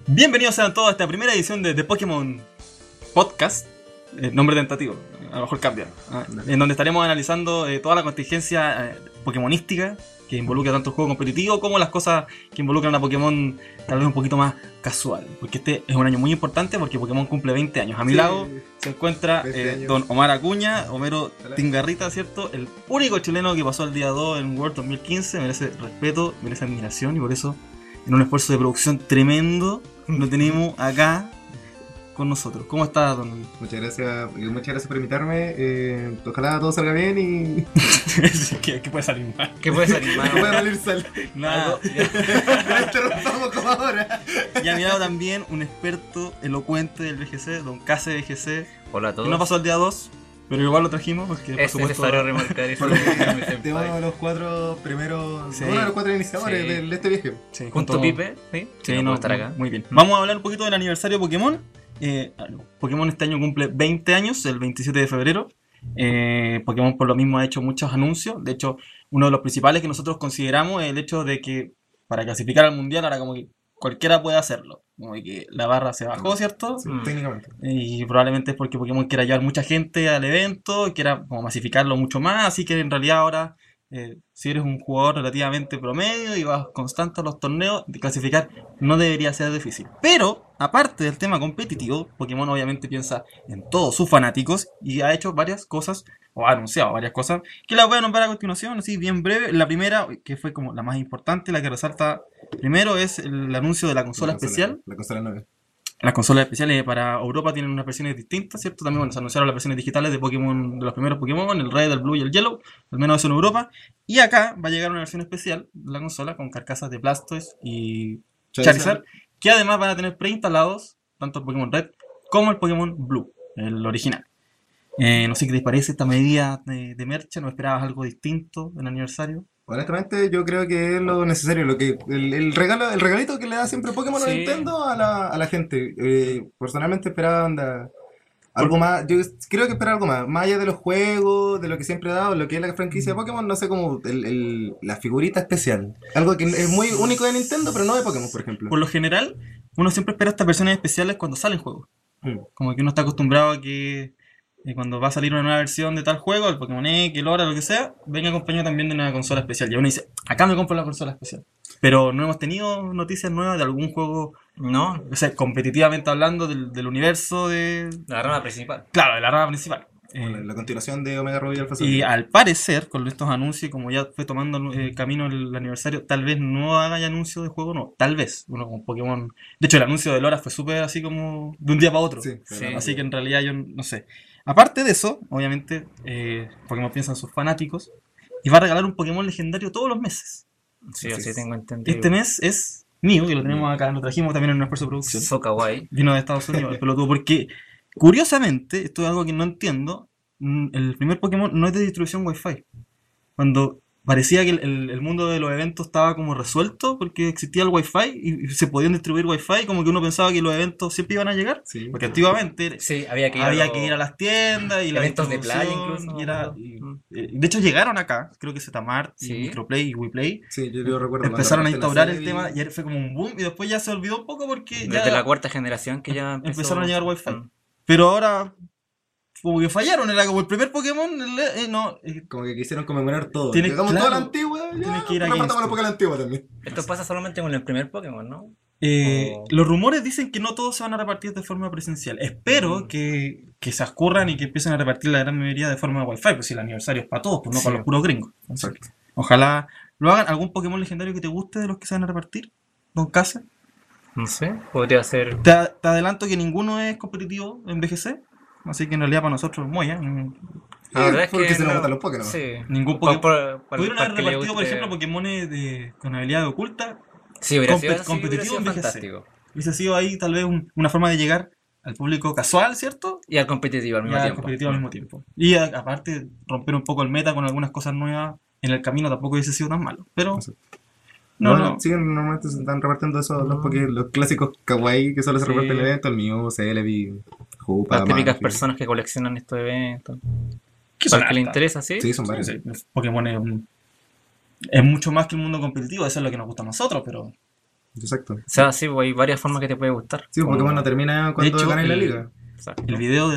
Bienvenidos sean todos a esta primera edición de Pokémon Podcast, nombre tentativo, a lo mejor cambia, en donde estaremos analizando toda la contingencia pokémonística que involucra tanto el juego competitivo como las cosas que involucran a Pokémon tal vez un poquito más casual, porque este es un año muy importante porque Pokémon cumple 20 años. A mi lado se encuentra don Omar Acuña, Homero Tingarrita, ¿cierto? El único chileno que pasó el día 2 en World 2015, merece respeto, merece admiración, y por eso, en un esfuerzo de producción tremendo, lo tenemos acá con nosotros. ¿Cómo estás, don? Muchas gracias por invitarme. Ojalá todo salga bien y... ¿Qué puede salir mal? ¿Qué puede salir mal? No puede salir sal. Nada. No interrumpamos como ahora. Y a mi lado también un experto elocuente del VGC, don Case VGC. Hola a todos. Que no pasó el día 2, pero igual lo trajimos porque Es necesario remarcar eso. De uno de los cuatro primeros, Sí. uno de los cuatro iniciadores Sí. de este viaje. Sí, Junto a Pipe, ¿sí? Sí, no no, puedo estar acá. muy bien. Vamos a hablar un poquito del aniversario de Pokémon. Pokémon este año cumple 20 años, el 27 de febrero. Pokémon por lo mismo ha hecho muchos anuncios. De hecho, uno de los principales que nosotros consideramos es el hecho de que para clasificar al mundial ahora como que cualquiera puede hacerlo. Como que la barra se bajó, ¿cierto? Sí, técnicamente. Y probablemente es porque Pokémon quiera llevar mucha gente al evento, quiera como masificarlo mucho más, así que en realidad ahora, si eres un jugador relativamente promedio y vas constante a los torneos, de clasificar no debería ser difícil. Pero, aparte del tema competitivo, Pokémon obviamente piensa en todos sus fanáticos y ha hecho varias cosas, o ha anunciado varias cosas, que las voy a nombrar a continuación, así bien breve. La primera, que fue como la más importante, la que resalta primero, es el anuncio de la consola especial. La consola 9. Las consolas especiales para Europa tienen unas versiones distintas, ¿cierto? También bueno, se anunciaron las versiones digitales de Pokémon, de los primeros Pokémon, el Red, el Blue y el Yellow, al menos eso en Europa. Y acá va a llegar una versión especial de la consola con carcasas de Blastoise y Charizard, que además van a tener preinstalados tanto el Pokémon Red como el Pokémon Blue, el original. No sé qué te parece esta medida de mercha, ¿no esperabas algo distinto en el aniversario? Honestamente, yo creo que es lo necesario, el regalito que le da siempre Pokémon a Sí. Nintendo a la gente. Personalmente esperaba algo más. Yo creo que esperaba algo más allá de los juegos, de lo que siempre ha dado, lo que es la franquicia de Pokémon, no sé, como la figurita especial. Algo que es muy único de Nintendo, pero no de Pokémon, por ejemplo. Por lo general, uno siempre espera estas versiones especiales cuando salen juegos. Como que uno está acostumbrado a que cuando va a salir una nueva versión de tal juego, el Pokémon X, el Hora, lo que sea, venga acompañado también de una consola especial. Y uno dice, acá me compro la consola especial. Pero no hemos tenido noticias nuevas de algún juego, No, o sea, competitivamente hablando del universo de... la rama principal. Claro, de la rama principal. La continuación de Omega Ruby y Alpha Sapphire. Y al parecer, con estos anuncios, como ya fue tomando camino el aniversario, tal vez no haya anuncio de juego, no, tal vez. Uno con Pokémon. De hecho, el anuncio de Lora fue súper así como de un día para otro. Sí, Sí. Así que en realidad yo no sé. Aparte de eso, obviamente, Pokémon piensa en sus fanáticos y va a regalar un Pokémon legendario todos los meses. Sí, Así así es. tengo entendido. Este mes es mío, que lo tenemos acá, lo trajimos también en un esfuerzo de producción. So kawaii. Vino de Estados Unidos, el pelotudo, porque curiosamente, esto es algo que no entiendo, el primer Pokémon no es de distribución Wi-Fi. Cuando parecía que el mundo de los eventos estaba como resuelto porque existía el Wi-Fi y se podían distribuir Wi-Fi, como que uno pensaba que los eventos siempre iban a llegar. Sí. Porque antiguamente Sí, había que ir había que ir a las tiendas y la eventos de playa distribución, incluso. de hecho llegaron acá, creo que Zmart y Sí. Microplay y WePlay. Sí, yo recuerdo Empezaron a cuando instaurar apenas el tema y fue como un boom y después ya se olvidó un poco porque Desde ya la cuarta generación que ya empezaron a llegar Wi-Fi. Mm. Pero ahora como que fallaron, era como el primer Pokémon, como que quisieron conmemorar todo. Tienes- Llegamos claro, toda la antigua, tienes ya que ir a repartamos GameStop. un poco a la antigua también. Esto pasa solamente con el primer Pokémon, ¿no? Los rumores dicen que no todos se van a repartir de forma presencial. Espero que se escurran y que empiecen a repartir la gran mayoría de forma Wi-Fi, pues si el aniversario es para todos, pues no Sí. para los puros gringos. Entonces, ojalá lo hagan. ¿Algún Pokémon legendario que te guste de los que se van a repartir, don Casa? No sé, podría ser. Te adelanto que ninguno es competitivo en VGC, así que en realidad para nosotros muy, La verdad es porque que se nos no- gustan los Pokémon. Sí. Ningún Pa- Pokémon. para Pudieron para haber que le repartido, por guste- ejemplo, Pokémones con habilidad de oculta. Sí, hubiera sido así, competitivo hubiera sido en VGC. fantástico. Hubiese sido ahí tal vez una forma de llegar al público casual, ¿cierto? Y al competitivo al Y mismo al tiempo. competitivo al mismo tiempo. Y aparte, romper un poco el meta con algunas cosas nuevas en el camino tampoco hubiese sido tan malo. Pero, no. Siguen, normalmente se están repartiendo esos los clásicos kawaii que solo se Sí. reparten en eventos, el Mew, Celebi, Hoopa, Las típicas Manphy. personas que coleccionan estos eventos. ¿Qué Para el que le hartas? interesa, ¿sí? Sí, son varios. Sí, Pokémon es mucho más que un mundo competitivo, eso es lo que nos gusta a nosotros, pero Exacto. O sea, sí, pues hay varias formas que te puede gustar. Sí, Como- Pokémon no termina cuando hecho, ganas la el- liga. Exacto. El video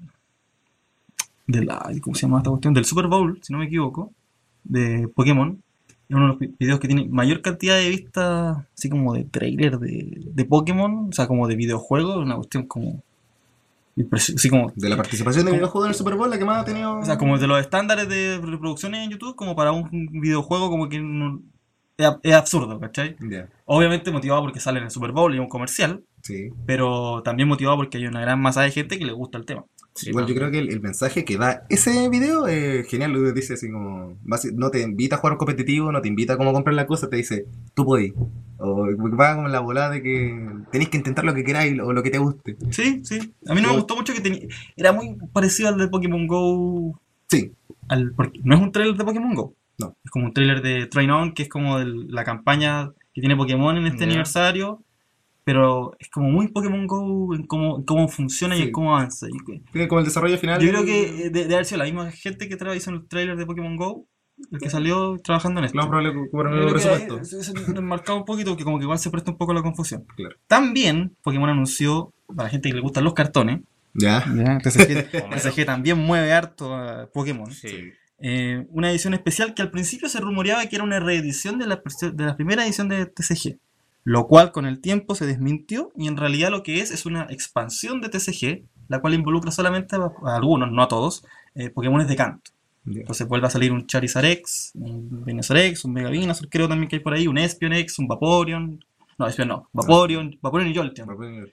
¿cómo se llama esta cuestión? Del Super Bowl, si no me equivoco, de Pokémon. Es uno de los videos que tiene mayor cantidad de vistas, así como de trailer de Pokémon, o sea, como de videojuegos, una cuestión como así como, De la participación de ¿Cómo? videojuegos en el Super Bowl, la que más ha tenido. o sea, como de los estándares de reproducciones en YouTube, como para un videojuego como que es absurdo, ¿cachai? Ya, Obviamente motivado porque sale en el Super Bowl y es un comercial, sí. pero también motivado porque hay una gran masa de gente que le gusta el tema. Sí, Igual yo también. creo que el mensaje que da ese video es genial. Lo dice así como: no te invita a jugar competitivo, no te invita a cómo comprar la cosa, te dice, tú podés. O va como en la volada de que tenéis que intentar lo que queráis o lo que te guste. Sí, sí. A mí no me gustó mucho que era muy parecido al de Pokémon Go. Sí, Porque no es un trailer de Pokémon Go. No. Es como un trailer de Train On, que es como la campaña que tiene Pokémon en este Ya. aniversario. Pero es como muy Pokémon Go en cómo funciona y Sí. en cómo avanza. tiene como el desarrollo final. Yo creo que de haber sido la misma gente que hizo el trailer de Pokémon Go, el que salió trabajando en esto. Lo más probable es que cubran Yo el creo que presupuesto. ahí se enmarcaba un poquito, porque como que igual se presta un poco a la confusión. Claro. También Pokémon anunció, para la gente que le gustan los cartones, Ya. TCG también mueve harto a Pokémon. Sí. Una edición especial que al principio se rumoreaba que era una reedición de la primera edición de TCG, lo cual con el tiempo se desmintió y en realidad lo que es una expansión de TCG, la cual involucra solamente a algunos, no a todos, Pokémones de canto. Ya. Entonces vuelve a salir un Charizard X, un Venusaur X, un Mega Venusaur, creo también que hay por ahí, un Espion X, un Vaporeon. No, Espion no, Vaporeon y Jolteon.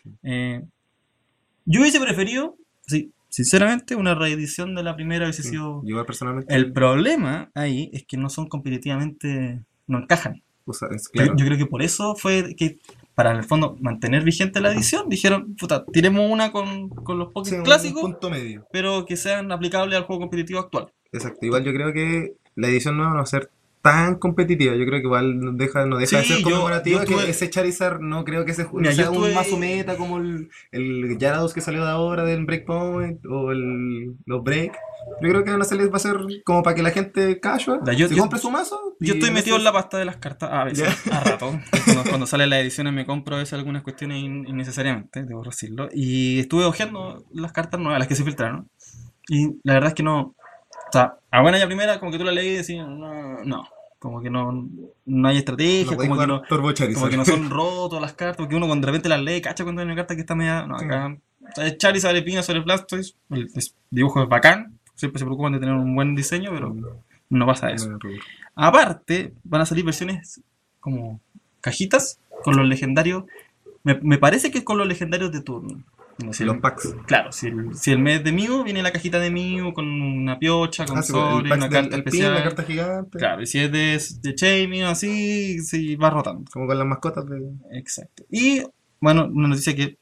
Yo hubiese preferido, sí, sinceramente, una reedición de la primera hubiese sido. Yo personalmente. El problema ahí es que no son competitivamente, no encajan. O sea, es claro. Yo creo que por eso fue que, para en el fondo mantener vigente la edición, dijeron, puta, tiremos una con los Sí, Pokémon un clásicos, punto medio. pero que sean aplicables al juego competitivo actual. Exacto. Igual yo creo que la edición no va a ser tan competitiva. Yo creo que igual no deja de Sí, ser conmemorativa. yo tuve- Que ese Charizard no creo que Mira, sea yo un tuve- mazo meta como el Gyarados que salió de ahora del Breakpoint o los Break. Yo creo que van a salir, va a ser como para que la gente casual Ya, yo- se yo- compre su mazo. Yo y estoy metido eso en la pasta de las cartas a veces, Ya. a rato. Cuando salen las ediciones me compro a veces algunas cuestiones innecesariamente, debo decirlo. Y estuve hojeando las cartas nuevas, las que se filtraron. Y la verdad es que no. O sea, a buena ya primera, como que tú la leí y decías, no. Como que no hay estrategia, no podéis como que jugar Turbo Charizard. como que no son rotos las cartas, porque uno cuando de repente las lee, cacha cuando hay una carta que está media. No, acá. O sea, es Charizard, Epina sobre Blastoise, el dibujo es bacán, siempre se preocupan de tener un buen diseño, pero no pasa eso. Aparte, van a salir versiones como cajitas con los legendarios. Me parece que es con los legendarios de turno. No sé, Los packs. claro, si el mes de Mew, viene la cajita de Mew con una piocha, con Ah, sí, el sobre, pack una del carta el pin, especial. la carta gigante. Claro, y si es de Chaemeo, así, sí, va rotando. Como con las mascotas de. Exacto. Y, bueno, una noticia que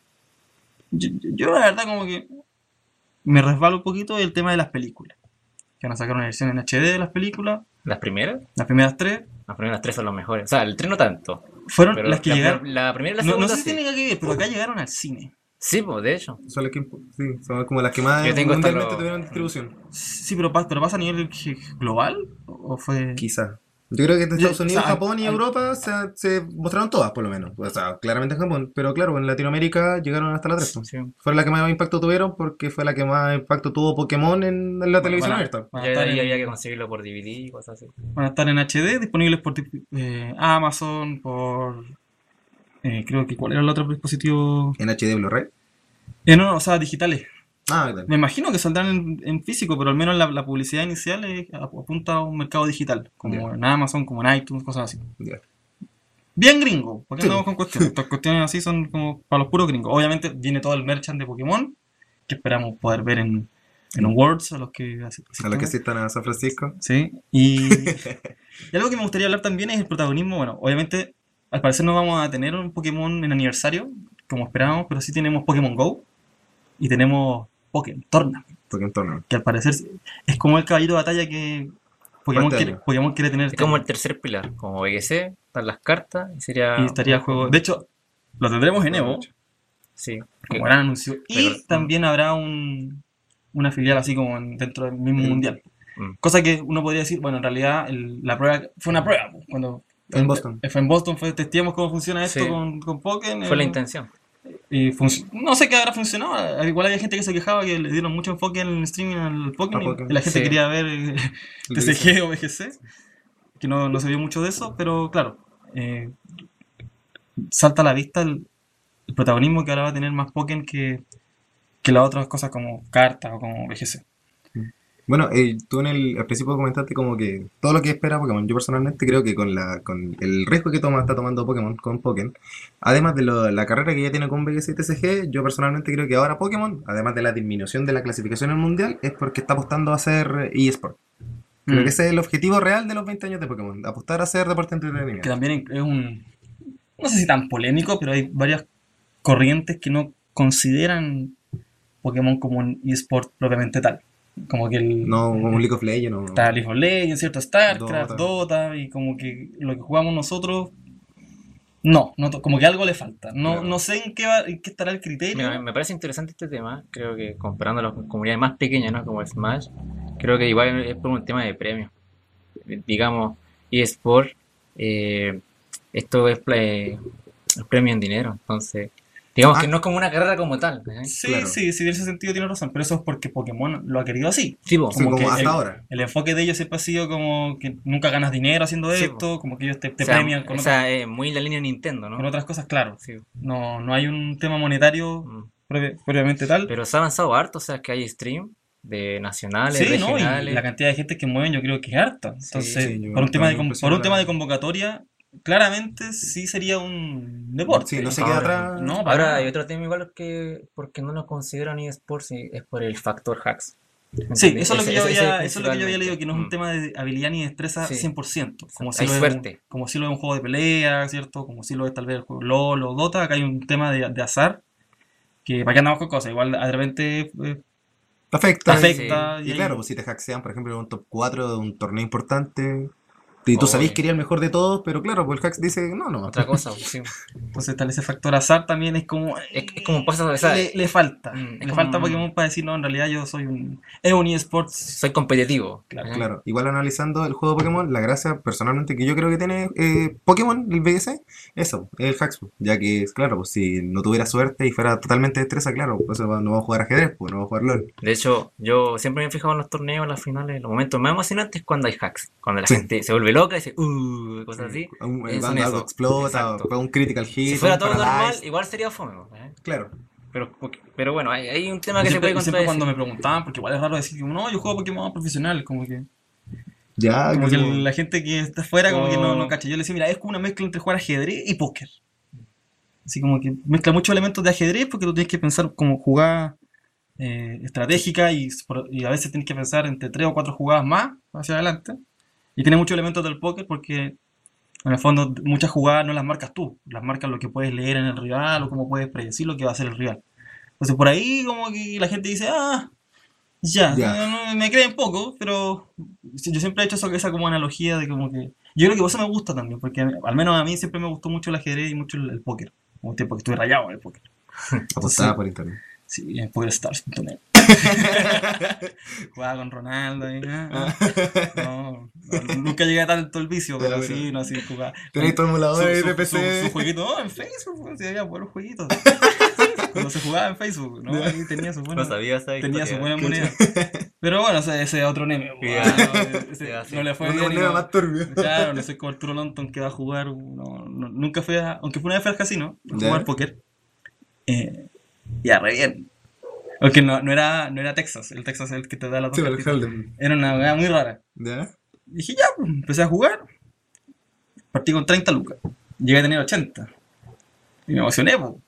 yo la verdad como que me resbalo un poquito el tema de las películas. Que van a sacar una versión en HD de las películas, ¿Las primeras? las primeras tres. Las primeras tres son las mejores. O sea, el 3 no tanto. Fueron Pero las que la, llegaron. la primera y la No segunda sé si sí. tiene que ver, pero acá llegaron al cine. Sí, pues, de hecho. Son las que, sí, son como las que más Yo tengo hasta mundialmente los- tuvieron distribución. Sí, pero pasa a nivel global o fue. Quizá. Yo creo que en Estados Yo- Unidos, o sea, Japón y Europa se mostraron todas, por lo menos. O sea, claramente en Japón. Pero claro, en Latinoamérica llegaron hasta la 3. Sí. Fue la que más impacto tuvieron porque fue la que más impacto tuvo Pokémon en la televisión abierta. Van a Ya de estar ahí en- había que conseguirlo por DVD y cosas así. van a estar en HD, disponibles por Amazon, por. Creo que ¿cuál era el otro dispositivo? En HD Blu-ray. No, o sea, digitales. Ah, verdad. Me imagino que saldrán en físico, pero al menos la publicidad inicial apunta a un mercado digital, como Ya. en Amazon, como en iTunes, cosas así. Ya. Bien gringo, porque Sí. andamos con cuestiones. Estas cuestiones así son como para los puros gringos. Obviamente viene todo el merchant de Pokémon, que esperamos poder ver en Worlds, a los que A los que asistan a San Francisco. Sí, y algo que me gustaría hablar también es el protagonismo. Bueno, obviamente, al parecer no vamos a tener un Pokémon en aniversario, como esperábamos, pero sí tenemos Pokémon Go y tenemos Pokémon Tournament, Pokémon Tournament. que al parecer es como el caballito de batalla que Pokémon Este quiere, año. Pokémon quiere tener. Es como el tercer pilar. Como BGC, están las cartas y sería. Y estaría el juego. De hecho, lo tendremos en Evo, Sí. como gran anuncio. Y Pero- también habrá una filial así como dentro del mismo El- mundial. Mm. Cosa que uno podría decir, bueno, en realidad la prueba fue una prueba, pues, cuando En Boston. Fue en Boston, testeamos cómo funciona esto Sí. con Pokémon. Fue la intención. Y no sé qué habrá funcionado. Igual había gente que se quejaba que le dieron mucho enfoque en el streaming al Pokémon, A Pokémon. y la gente Sí. quería ver El TCG o BGC, que no se vio mucho de eso, pero claro, salta a la vista el protagonismo que ahora va a tener más Pokémon que las otras cosas como cartas o como BGC. Bueno, tú al principio comentaste como que todo lo que espera Pokémon. Yo personalmente creo que con el riesgo que está tomando Pokémon con Pokémon, además de la carrera que ya tiene con BGC y TCG, yo personalmente creo que ahora Pokémon, además de la disminución de la clasificación en el mundial, es porque está apostando a hacer eSport. Creo que ese es el objetivo real de los 20 años de Pokémon, apostar a hacer deporte de Que entretenimiento. también es no sé si tan polémico, pero hay varias corrientes que no consideran Pokémon como un eSport propiamente tal. Como que No como un League of Legends, no. está League of Legends, ¿cierto? StarCraft, Dota. Dota, y como que lo que jugamos nosotros, no, como que algo le falta. Claro. No sé en qué estará el criterio. Mira, me parece interesante este tema. Creo que comparándolo con comunidades más pequeñas, ¿no? Como el Smash, creo que igual es por un tema de premio. Digamos, eSport, esto es premio en dinero. Entonces, digamos que no es como una carrera como tal. Sí, Claro. sí, en ese sentido tiene razón, pero eso es porque Pokémon lo ha querido así. Sí, po. Sí, como que hasta ahora. el enfoque de ellos siempre ha sido como que nunca ganas dinero haciendo Sí, esto, como que ellos te O sea, premian con, o sea, muy la línea Nintendo, con ¿no? otras cosas, claro. Sí. No hay un tema monetario Mm. propiamente tal. Pero se ha avanzado harto, o sea, que hay stream de nacionales, Sí, ¿no? Y regionales. la cantidad de gente que mueven yo creo que es harta. Entonces, sí, yo por un tema de, también por un tema de impresionado. convocatoria, claramente sí sería un deporte. Sí, no se Ah, queda bueno. atrás. No, para Ahora nada. hay otro tema igual que porque no lo consideran eSports y es por el factor hacks. ¿Me Sí, entiendes? eso es lo que yo Ese había, eso es lo que yo había leído, que no es un principalmente. tema de habilidad ni destreza Sí. 100%, como si Hay lo es suerte. como si lo es un juego de pelea, ¿cierto? Como si lo es tal vez el juego LOL o Dota. Acá hay un tema de azar, que para qué andamos con cosas, igual de repente Te afecta. afecta. Y ahí- claro, pues si te hackean, por ejemplo, en un top 4 de un torneo importante, y tú Oye. sabés que eres el mejor de todos, pero claro, pues el hacks dice, no. Otra cosa, sí. Entonces tal ese factor azar también es como... Es como pasa, o sea, le falta. es Le como- falta a Pokémon para decir, no, en realidad yo soy es un eSports. soy competitivo. Claro. ¿eh? Claro, igual analizando el juego Pokémon, la gracia personalmente que yo creo que tiene Pokémon, el BS, eso, el hacks, pues, ya que, claro, pues si no tuviera suerte y fuera totalmente destreza, claro, pues no va a jugar ajedrez, pues no va a jugar LOL. De hecho, yo siempre me he fijado en los torneos, en las finales, los momentos más emocionantes es cuando hay hacks. Cuando la Sí. gente se vuelve loca y dice, cosas así. Cuando Son algo eso. explota, Exacto. o un critical hit, Si fuera un todo normal, paralyze, igual sería fome. ¿eh? claro. Pero bueno, hay un tema Y que se siempre, puede y siempre contradecir. cuando me preguntaban, porque igual es raro decir, como, no, yo juego Pokémon profesional, Ya, como que que como- la gente que está afuera como que no Oh. cacha. Yo le decía, mira, es como una mezcla entre jugar ajedrez y póker. Así como que mezcla muchos elementos de ajedrez porque tú tienes que pensar como jugada estratégica y a veces tienes que pensar entre 3 o 4 jugadas más hacia adelante. Y tiene muchos elementos del póker porque en el fondo muchas jugadas no las marcas tú, las marcas lo que puedes leer en el rival o cómo puedes predecir lo que va a hacer el rival. Entonces por ahí como que la gente dice, ya, me creen poco, pero yo siempre he hecho esa como analogía de como que... Yo creo que por eso me gusta también, porque al menos a mí siempre me gustó mucho el ajedrez y mucho el póker. Hubo un tiempo que estuve rayado en el póker. Apostaba Sí. por internet. Sí, en PokerStars.net. Jugaba con Ronaldo y no, nunca llegué a tanto el vicio, pero Ya, sí, bueno. no, sí, jugaba. Tenéis todo emulador de Su PC. jueguito, en Facebook, pues, sí, había buenos jueguitos. Cuando se jugaba en Facebook, ¿no? Ahí tenía su buena, No sabía esa tenía su historia. buena moneda. Pero bueno, ese es otro Neme. Ya. Ese Ya, sí. no le fue Un bien. y neo no- más turbio. Claro, no soy como Arturo Lonton que va a jugar. Nunca fue aunque fue una vez fue al casino a Ya. jugar póker. Ya, re bien. Aunque no era Texas, el Texas es el que te da la Sí, dos el cartitas. Hold'em. Era una weá muy rara. ¿Ya? Y dije, ya, pues, empecé a jugar. Partí con 30 lucas. Llegué a tener 80. Y me emocioné, pues.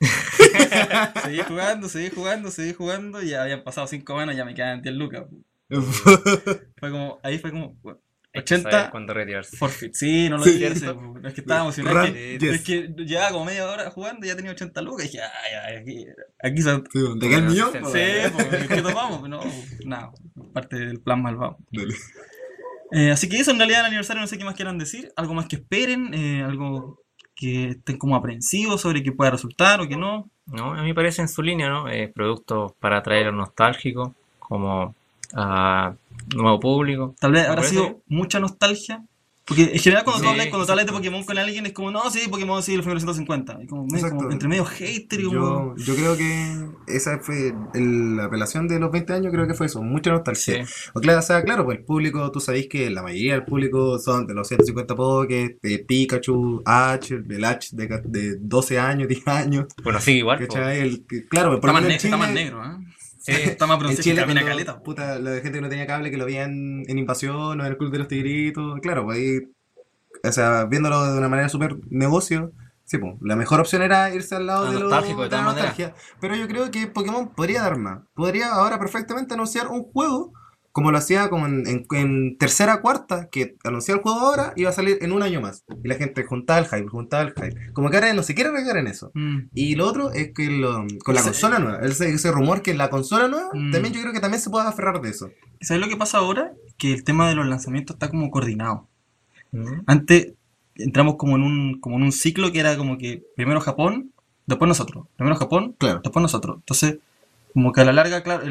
Seguí jugando. Y ya habían pasado 5 semanas, ya me quedaban 10 lucas. Po. Ahí fue como, bueno, Hay que saber 80 cuándo retirarse. forfeit. Sí, no lo Sí, hice. ¿cierto? Po. Es que estaba emocionado. Run, Es yes. que llevaba como media hora jugando y ya tenía 80 lucas. Y dije, aquí se... Sí, ¿de qué el millón? Sí, Sí, pues, ¿qué tomamos? No, nada, parte del plan malvado. Dale. Así que eso en realidad el aniversario no sé qué más quieran decir. Algo más que esperen, algo que estén como aprensivos sobre que pueda resultar o que no. ¿No? A mí me parece en su línea, ¿no? Productos para atraer a los nostálgicos, como a nuevo público. Tal vez ¿Me habrá parece sido bien? mucha nostalgia, Porque en general cuando Sí, tú hablas de exacto. Pokémon con alguien es como, no, sí, Pokémon sí, el primeros 150. Y como, Exacto. como entre medio hater y como... Yo creo que esa fue la apelación de los 20 años, creo que fue eso, mucha nostalgia. Sí. O sea, claro, pues el público, tú sabéis que la mayoría del público son de los 150 Pokés, de Pikachu, Ash, el Ash de 12 años, 10 años, Bueno, sigue igual, po. ¿cachai? Claro, por Está lo más, menos en está más Chile, negro, ¿eh? Sí. Está más en bronceado, Chile camina cuando, caleta. puta, la gente que no tenía cable, que lo veía en Invasión o en el Club de los Tigritos, claro, pues ahí, o sea, viéndolo de una manera súper negocio, sí, pues, la mejor opción era irse al lado Ah, de, nostálgico, de la todas maneras. nostalgia. Pero yo creo que Pokémon podría dar más. Podría ahora perfectamente anunciar un juego, como lo hacía como en tercera, cuarta, que anunciaba el juego ahora y iba a salir en un año más. Y la gente juntaba el hype, juntaba el hype. Como que ahora no se quiere arriesgar en eso. Mm. Y lo otro es que con la Ese- consola nueva, ese rumor que la consola nueva, Mm. también yo creo que también se puede aferrar de eso. ¿Sabes lo que pasa ahora? Que el tema de los lanzamientos está como coordinado. Mm. Antes entramos como en un ciclo que era como que primero Japón, después nosotros. Primero Japón, Claro. después nosotros. Entonces, como que a la larga, claro,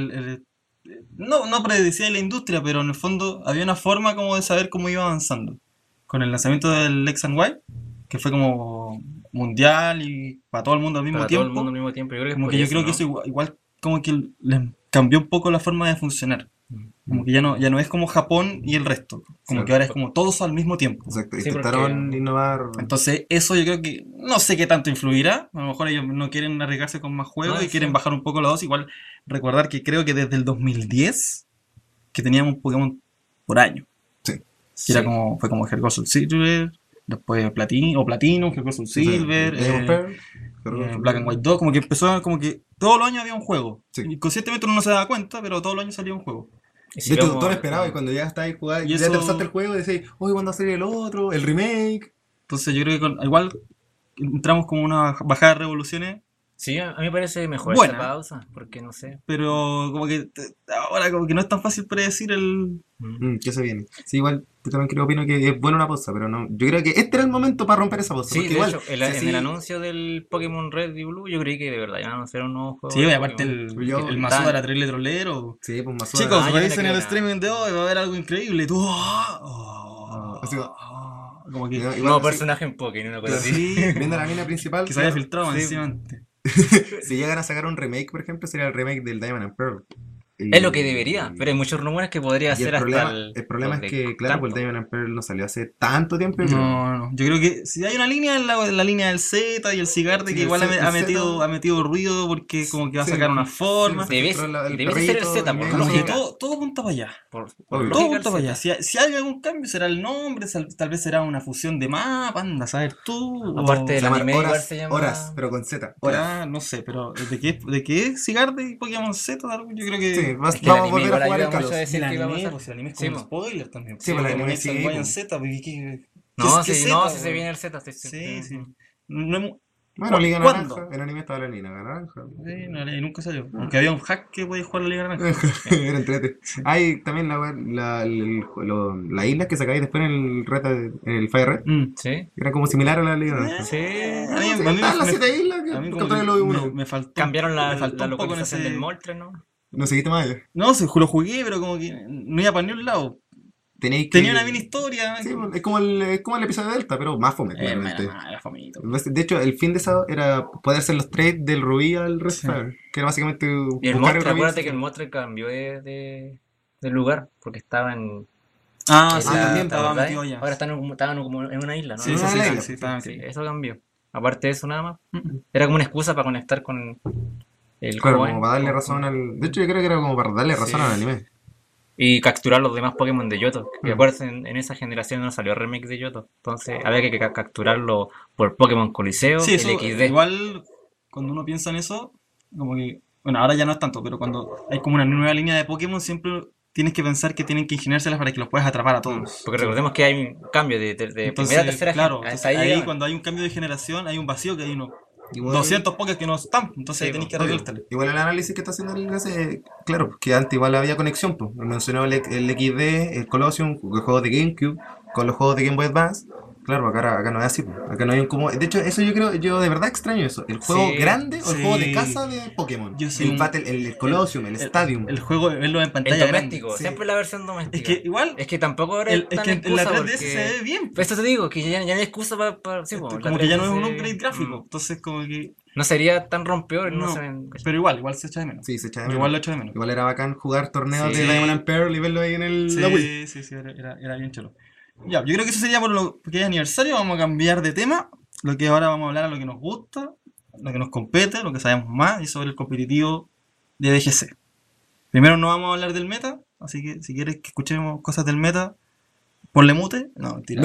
no predecía la industria, pero en el fondo había una forma como de saber cómo iba avanzando. Con el lanzamiento del X and Y, que fue como mundial y para todo el mundo al mismo Para todo el tiempo, mundo al mismo tiempo. Yo creo que es como por que yo eso, creo que ¿no? eso igual como que les cambió un poco la forma de funcionar. Como que ya no es como Japón y el resto. Como Sí. que ahora es como todos al mismo tiempo. Exacto. Sí, Intentaron porque- innovar. Entonces, eso yo creo que no sé qué tanto influirá. A lo mejor ellos no quieren arriesgarse con más juegos No, y quieren sí. bajar un poco la dosis. Igual recordar que creo que desde el 2010 que teníamos un Pokémon por año. Sí. Que era como, fue como Heart Soul Silver, después Platinum, Heart Soul Silver, Diamond Pearl, Black and White 2, como que empezó, como que todos los años había un juego. Sí. Y conscientemente uno no se daba cuenta, pero todos los años salía un juego. Y si De hecho, vemos- tú lo esperabas y cuando ya estabas jugando, Y ya eso- te pasaste el juego y decís, oye, ¿cuándo va a salir el otro? El remake. Entonces yo creo que igual entramos como una bajada de revoluciones. Sí, a mí me parece mejor Buena. esta pausa, porque no sé. Pero como que ahora como que no es tan fácil predecir el... ¿Qué se viene? Sí, igual, yo también creo, opino que es buena una pausa, pero no. Yo creo que este era el momento para romper esa pausa. Sí, porque de igual, hecho, si en así- el anuncio del Pokémon Red y Blue, yo creí que de verdad iban a anunciar un nuevo juego. Sí, de y aparte Pokémon. Yo- el Masuda era terrible trolero. Sí, pues más Chicos, yo no revisen creo el nada. streaming de hoy, va a haber algo increíble. Y tú... Así va. como que... Igual, Nuevo sí, personaje en Pokémon, una cosa así. Sí, viendo la línea principal. que se había claro, filtrado sí, encima antes. Si llegan a sacar un remake, por ejemplo, sería el remake del Diamond and Pearl. Es lo que debería, pero hay muchos rumores que podría Y ser el problema, hasta el problema los es de que, claro, pues el Canto. Diamond and Pearl no salió hace tanto tiempo. yo creo. No, yo creo que si hay una línea en la línea del Z y el Cigarde Sí, que el igual Z- ha el metido, Z. ha metido ruido porque como que va a Sí, sacar una sí, forma. sí, Debes- pero el debiese ser el perrito, Z, el por negro, Como que lógica. todo apunta para allá. Por Obvio. Todo lógica, el apunta para allá. Z. Si hay algún cambio, será el nombre, tal vez será una fusión de mapa, anda a saber tú. Aparte o- El Se llama anime igual horas, se llama- horas, pero con Z. Horas. Ah, no sé, pero ¿de qué es Cigarde y Pokémon Z? Yo creo que... Sí, Es que el vamos a anime volver igual a jugar ayuda el Kalos. mucho a decir el que iba a anime, pasar. pues el anime es Sí, como un po. spoiler también. Sí, pues, el como anime X sí, and Y en pues. Z, pues, ¿qué No, qué sí, Z, no, sí po? se viene el Z. Sí, sí. No hemos- Bueno, Liga ¿Cuándo? Naranja. En anime estaba la Liga Naranja. Sí, no, y nunca salió. Aunque había un hack que podía jugar la Liga Naranja. Era entrete. Hay también las islas que sacáis después en el en el Fire Red. Mm. Sí, Era como similar a la Liga Naranja. sí. A mí Estaban las me- 7 islas que a mí como captaron que el lobby 1. me faltó. Cambiaron me faltó la un poco en localización ese... del Moltres, ¿no? No seguiste más allá. No, lo jugué, pero como que no iba para ni un lado. Tenéis que... Tenía una mini historia. Sí, es como el episodio de Delta, pero más fome, claramente. Era famito. De hecho, el fin de esa era poder hacer los trades del Rubí al Red Sí. Fire, que era básicamente Y el buscar Moltres, Rubí. acuérdate que el Moltres cambió de lugar, porque estaba en... Ah, en sí, la- también ¿te estaba acordás? metido allá. Ahora estaban como en una isla, ¿no? Sí, En sí, una sí, isla. sí, estaba Sí, metido. eso cambió. Aparte de eso, nada más. Mm. Era como una excusa para conectar con el Claro, juego, como para darle razón al... De hecho, yo creo que era como para darle razón Sí. al anime. y capturar los demás Pokémon de Yoto. Y Mm. acuérdense, en esa generación no salió remake de Yoto. Entonces había que capturarlo por Pokémon Coliseo, Sí, eso, el XD. igual cuando uno piensa en eso, como que, bueno, ahora ya no es tanto, pero cuando hay como una nueva línea de Pokémon, siempre tienes que pensar que tienen que ingeniárselas para que los puedas atrapar a todos. Porque recordemos que hay un cambio de Entonces, primera a tercera claro, gen- entonces ahí ahí llegaban. cuando hay un cambio de generación, hay un vacío que hay unos Igual- 200 Pokés que no están, entonces ahí Sí, tenés que Obvio. arreglártelo. Igual el análisis que está haciendo el enlace, claro, que antes igual había conexión, pues. Mencionó el XD, el Colosseum, los juegos de GameCube, con los juegos de Game Boy Advance. Claro, acá no es así. Acá no hay como. De hecho, eso yo de verdad extraño eso. El juego Sí, grande o el sí. juego de casa de Pokémon. Yo soy El un- Battle, el Colosseum, el Stadium. El juego, verlo en El pantalla grande. doméstico, Sí. siempre la versión Es doméstica. que igual, Es que tampoco ahora es es tan que en la excusa 3DS porque... se ve bien. Esto te digo, que ya no hay excusa para... Sí, po, la Como que ya no es un 3DS, upgrade gráfico. Entonces, como que. No sería tan rompedor, no, No, se ven... pero igual se echa de menos. Sí, se echa de Igual menos. lo echo de menos. Igual era bacán jugar torneos Sí. de Diamond and Pearl y verlo ahí en la Wii. Sí, era bien chulo. Ya, yo creo que eso sería por lo que es aniversario. Vamos a cambiar de tema. Lo que ahora vamos a hablar a lo que nos gusta, lo que nos compete, lo que sabemos más y sobre el competitivo de BGC. Primero no vamos a hablar del meta, así que si quieres que escuchemos cosas del meta, ponle mute. No, mentira.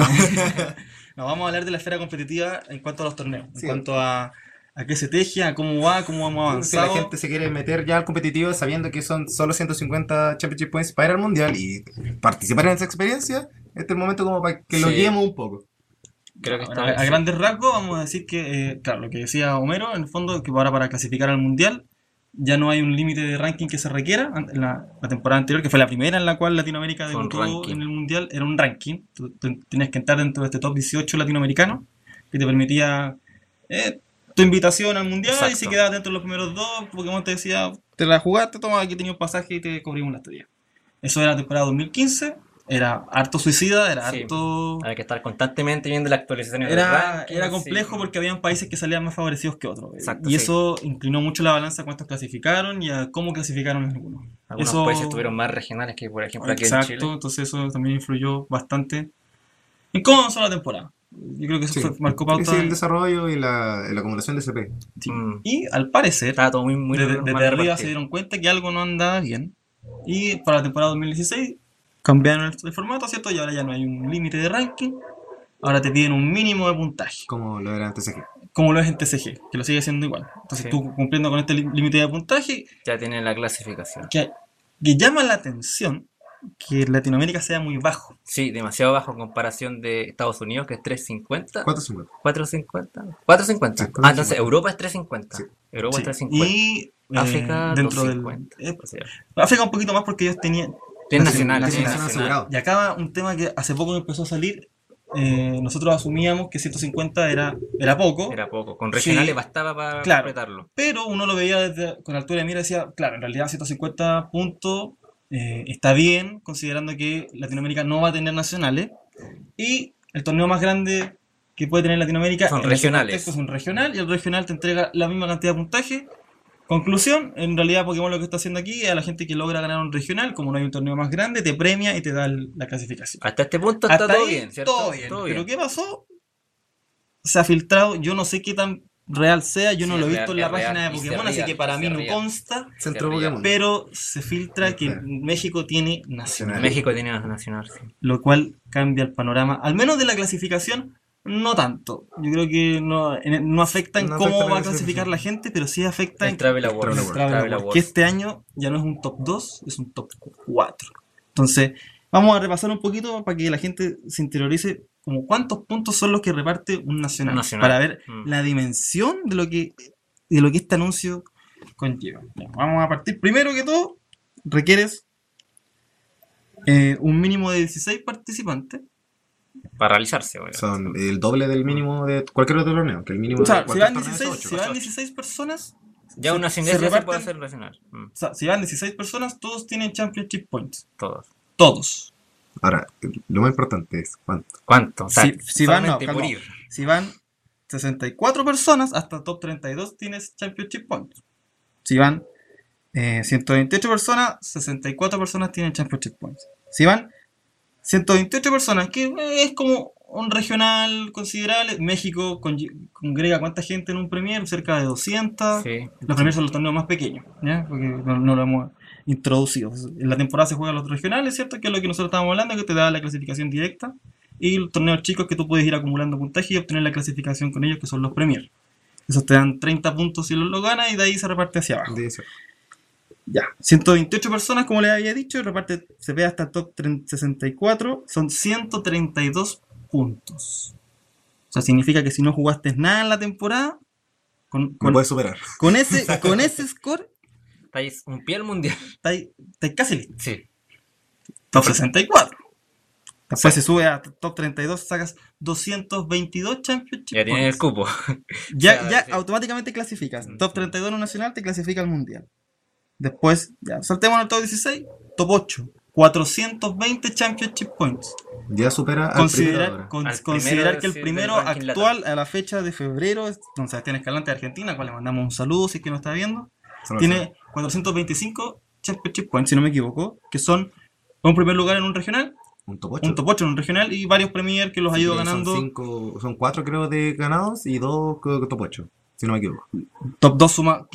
No, vamos a hablar de la esfera competitiva en cuanto a los torneos, en Sí. cuanto a qué se teje, a cómo va, cómo hemos Si la avanzado. gente se quiere meter ya al competitivo sabiendo que son solo 150 Championship Points para ir al mundial y participar en esa experiencia, este es el momento como para que lo Sí. guiemos un poco. Creo que A está... grandes rasgos vamos a decir que, claro, lo que decía Homero, en el fondo, que ahora para clasificar al Mundial ya no hay un límite de ranking que se requiera. En la temporada anterior, que fue la primera en la cual Latinoamérica Fue un debutó ranking. en el Mundial, era un ranking. Tú tenías que entrar dentro de este top 18 latinoamericano, que te permitía tu invitación al Mundial, y si Exacto. quedabas dentro de los primeros dos, Pokémon te decía, te la jugaste, toma, aquí tenías un pasaje y te cubrimos la estadía. Eso era la temporada 2015, era harto suicida, era Sí. harto... Hay que estar constantemente viendo la actualización del Era ranking, complejo sí. porque habían países que salían más favorecidos que otros. Exacto, Y sí. eso inclinó mucho la balanza a cuántos clasificaron y a cómo clasificaron algunos. Algunos Eso- países tuvieron más regionales que, por ejemplo, aquí en Exacto, Chile. entonces eso también influyó bastante en cómo avanzó la temporada. Yo creo que eso Sí. marcó Sí, pauta. sí, el desarrollo y la acumulación de CP. Sí. Mm. Y al parecer, Estaba todo muy desde mal arriba se repartido. dieron cuenta que algo no andaba bien. Y para la temporada 2016 cambiaron el formato, ¿cierto? Y ahora ya no hay un límite de ranking. Ahora te piden un mínimo de puntaje, Como lo era antes aquí. como lo es en TCG, que lo sigue siendo igual. Entonces Sí. tú cumpliendo con este límite de puntaje, Ya tienen la clasificación. que llama la atención que en Latinoamérica sea muy bajo. Sí, demasiado bajo en comparación de Estados Unidos, que es 350. 450. 450. 450. Sí, Ah, entonces Europa es 350. Sí. Europa Sí. es 350. Y África dentro 250. del... O sea, África un poquito más porque ellos tenían... tiene Nacional, nacional, tiene nacional nacional. asegurado. Y acá va un tema que hace poco empezó a salir. Nosotros asumíamos que 150 era poco, Era poco. Con regionales Sí. bastaba para Claro. completarlo. pero uno lo veía con altura de mira y decía, claro, en realidad 150 puntos está bien, considerando que Latinoamérica no va a tener nacionales. Y el torneo más grande que puede tener Latinoamérica Son en ese regionales. contexto es un regional, y el regional te entrega la misma cantidad de puntaje. Conclusión, en realidad Pokémon lo que está haciendo aquí es a la gente que logra ganar un regional, como no hay un torneo más grande, te premia y te da la clasificación. Hasta este punto está Hasta todo ahí, bien, ¿cierto? todo bien. Todo Pero bien. ¿qué pasó? Se ha filtrado, yo no sé qué tan real sea, yo Sí, no lo he es visto en real, la es página real, de y se Pokémon, así ría, que para y mí se no ría. consta, Centro Se ría. Pokémon. pero se filtra que Claro. México tiene nacional, México tiene nacional, sí. lo cual cambia el panorama, al menos de la clasificación, no tanto. Yo creo que no afecta en No cómo afecta la va a clasificar clasificación. la gente, pero sí afecta El en Travel el Awards. Travel el Awards. Travel Travel Awards, Awards. que este año ya no es un top 2, es un top 4. Entonces, vamos a repasar un poquito para que la gente se interiorice como cuántos puntos son los que reparte un nacional, Un nacional. para ver Mm. la dimensión de lo que este anuncio conlleva. Ya, vamos a partir. Primero que todo, requieres un mínimo de 16 participantes. Para realizarse, bueno. Son el doble del mínimo de cualquier otro torneo. Que el mínimo O sea, de si cualquier van torneo es 16, 8. si van 16 personas, Ya se- una se sinergia se reparten- puede hacer nacional. Mm, o sea, si van 16 personas, todos tienen Championship Points. todos. Todos. Ahora, lo más importante es cuánto. ¿Cuánto? O sea, Si van, no, solamente por calma. ir. Si van 64 personas, hasta top 32 tienes Championship Points. Si van 128 personas, 64 personas tienen Championship Points. Si van 128 personas, que es como un regional considerable. México congrega cuánta gente en un Premier, cerca de 200. Sí. Los Premiers son los torneos más pequeños, ¿ya? Porque no lo hemos introducido. En la temporada se juegan los regionales, ¿cierto? Que es lo que nosotros estábamos hablando, que te da la clasificación directa. Y los torneos chicos que tú puedes ir acumulando puntaje y obtener la clasificación con ellos, que son los Premier. Esos te dan 30 puntos si los ganas y de ahí se reparte hacia abajo. De eso. Ya, 128 personas, como les había dicho, se ve hasta el top 64, son 132 puntos. O sea, significa que si no jugaste nada en la temporada, No puedes superar. con ese score, Estáis un pie al mundial. estáis casi listo. Sí. Top 64. Después se sube a top 32, sacas 222 Championship Ya tienen el Points. cupo. Ya, O sea, ya sí. automáticamente clasificas. Mm. Top 32 en un nacional te clasifica al mundial. Después, ya, saltemos al top 16, top 8. 420 Championship Points. Ya supera al primero Considerar, ahora. Al considerar primero, que el sí, primero del ranking actual a la fecha de febrero es don Sebastián Escalante de Argentina, al cual le mandamos un saludo si es que nos está viendo. Solo Tiene 425 Championship Points, si no me equivoco, que son un primer lugar en un regional, un top 8. un top 8 en un regional y varios Premier que los ha ido ganando. Son 4 creo de ganados y 2 top 8, si no me equivoco. Top 2 suma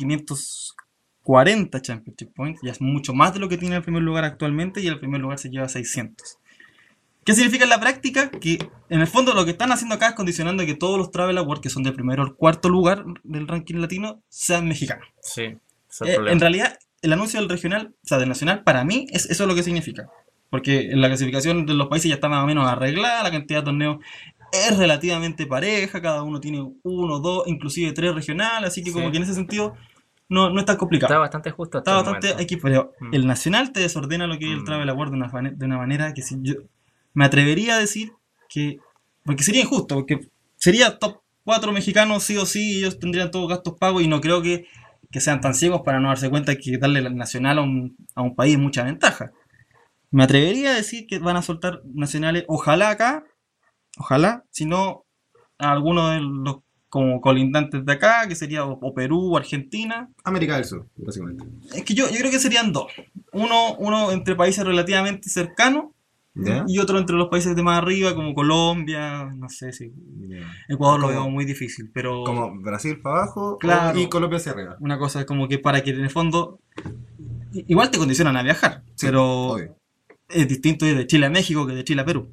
540 Championship Points, ya es mucho más de lo que tiene el primer lugar actualmente y el primer lugar se lleva 600. ¿Qué significa en la práctica? Que en el fondo lo que están haciendo acá es condicionando que todos los Travel Awards que son del primero al cuarto lugar del ranking latino sean mexicanos. Sí, ese es el problema. En realidad, el anuncio del regional, o sea, del nacional, para mí, eso es lo que significa. Porque en la clasificación de los países ya está más o menos arreglada, la cantidad de torneos es relativamente pareja, cada uno tiene 1, 2, inclusive 3 regionales, así que Sí. como que en ese sentido no es tan complicado. Está bastante justo hasta Está el bastante momento. pero Mm. el nacional te desordena lo que es el Mm. Travel Award de una manera que si yo me atrevería a decir que, porque sería injusto, porque sería top 4 mexicanos sí o sí, ellos tendrían todos gastos pagos y no creo que sean tan ciegos para no darse cuenta que darle el nacional a un país es mucha ventaja. Me atrevería a decir que van a soltar nacionales, ojalá acá, ojalá, si no a alguno de los como colindantes de acá, que sería o Perú o Argentina. América del Sur, básicamente. Es que yo creo que serían dos. Uno entre países relativamente cercanos ¿Ya? y otro entre los países de más arriba, como Colombia, no sé si Ya. Ecuador lo Como- veo muy difícil, pero Como Brasil para abajo Claro. y Colombia hacia arriba. una cosa es como que para que en el fondo igual te condicionan a viajar, Sí, pero obvio. es distinto ir de Chile a México que de Chile a Perú.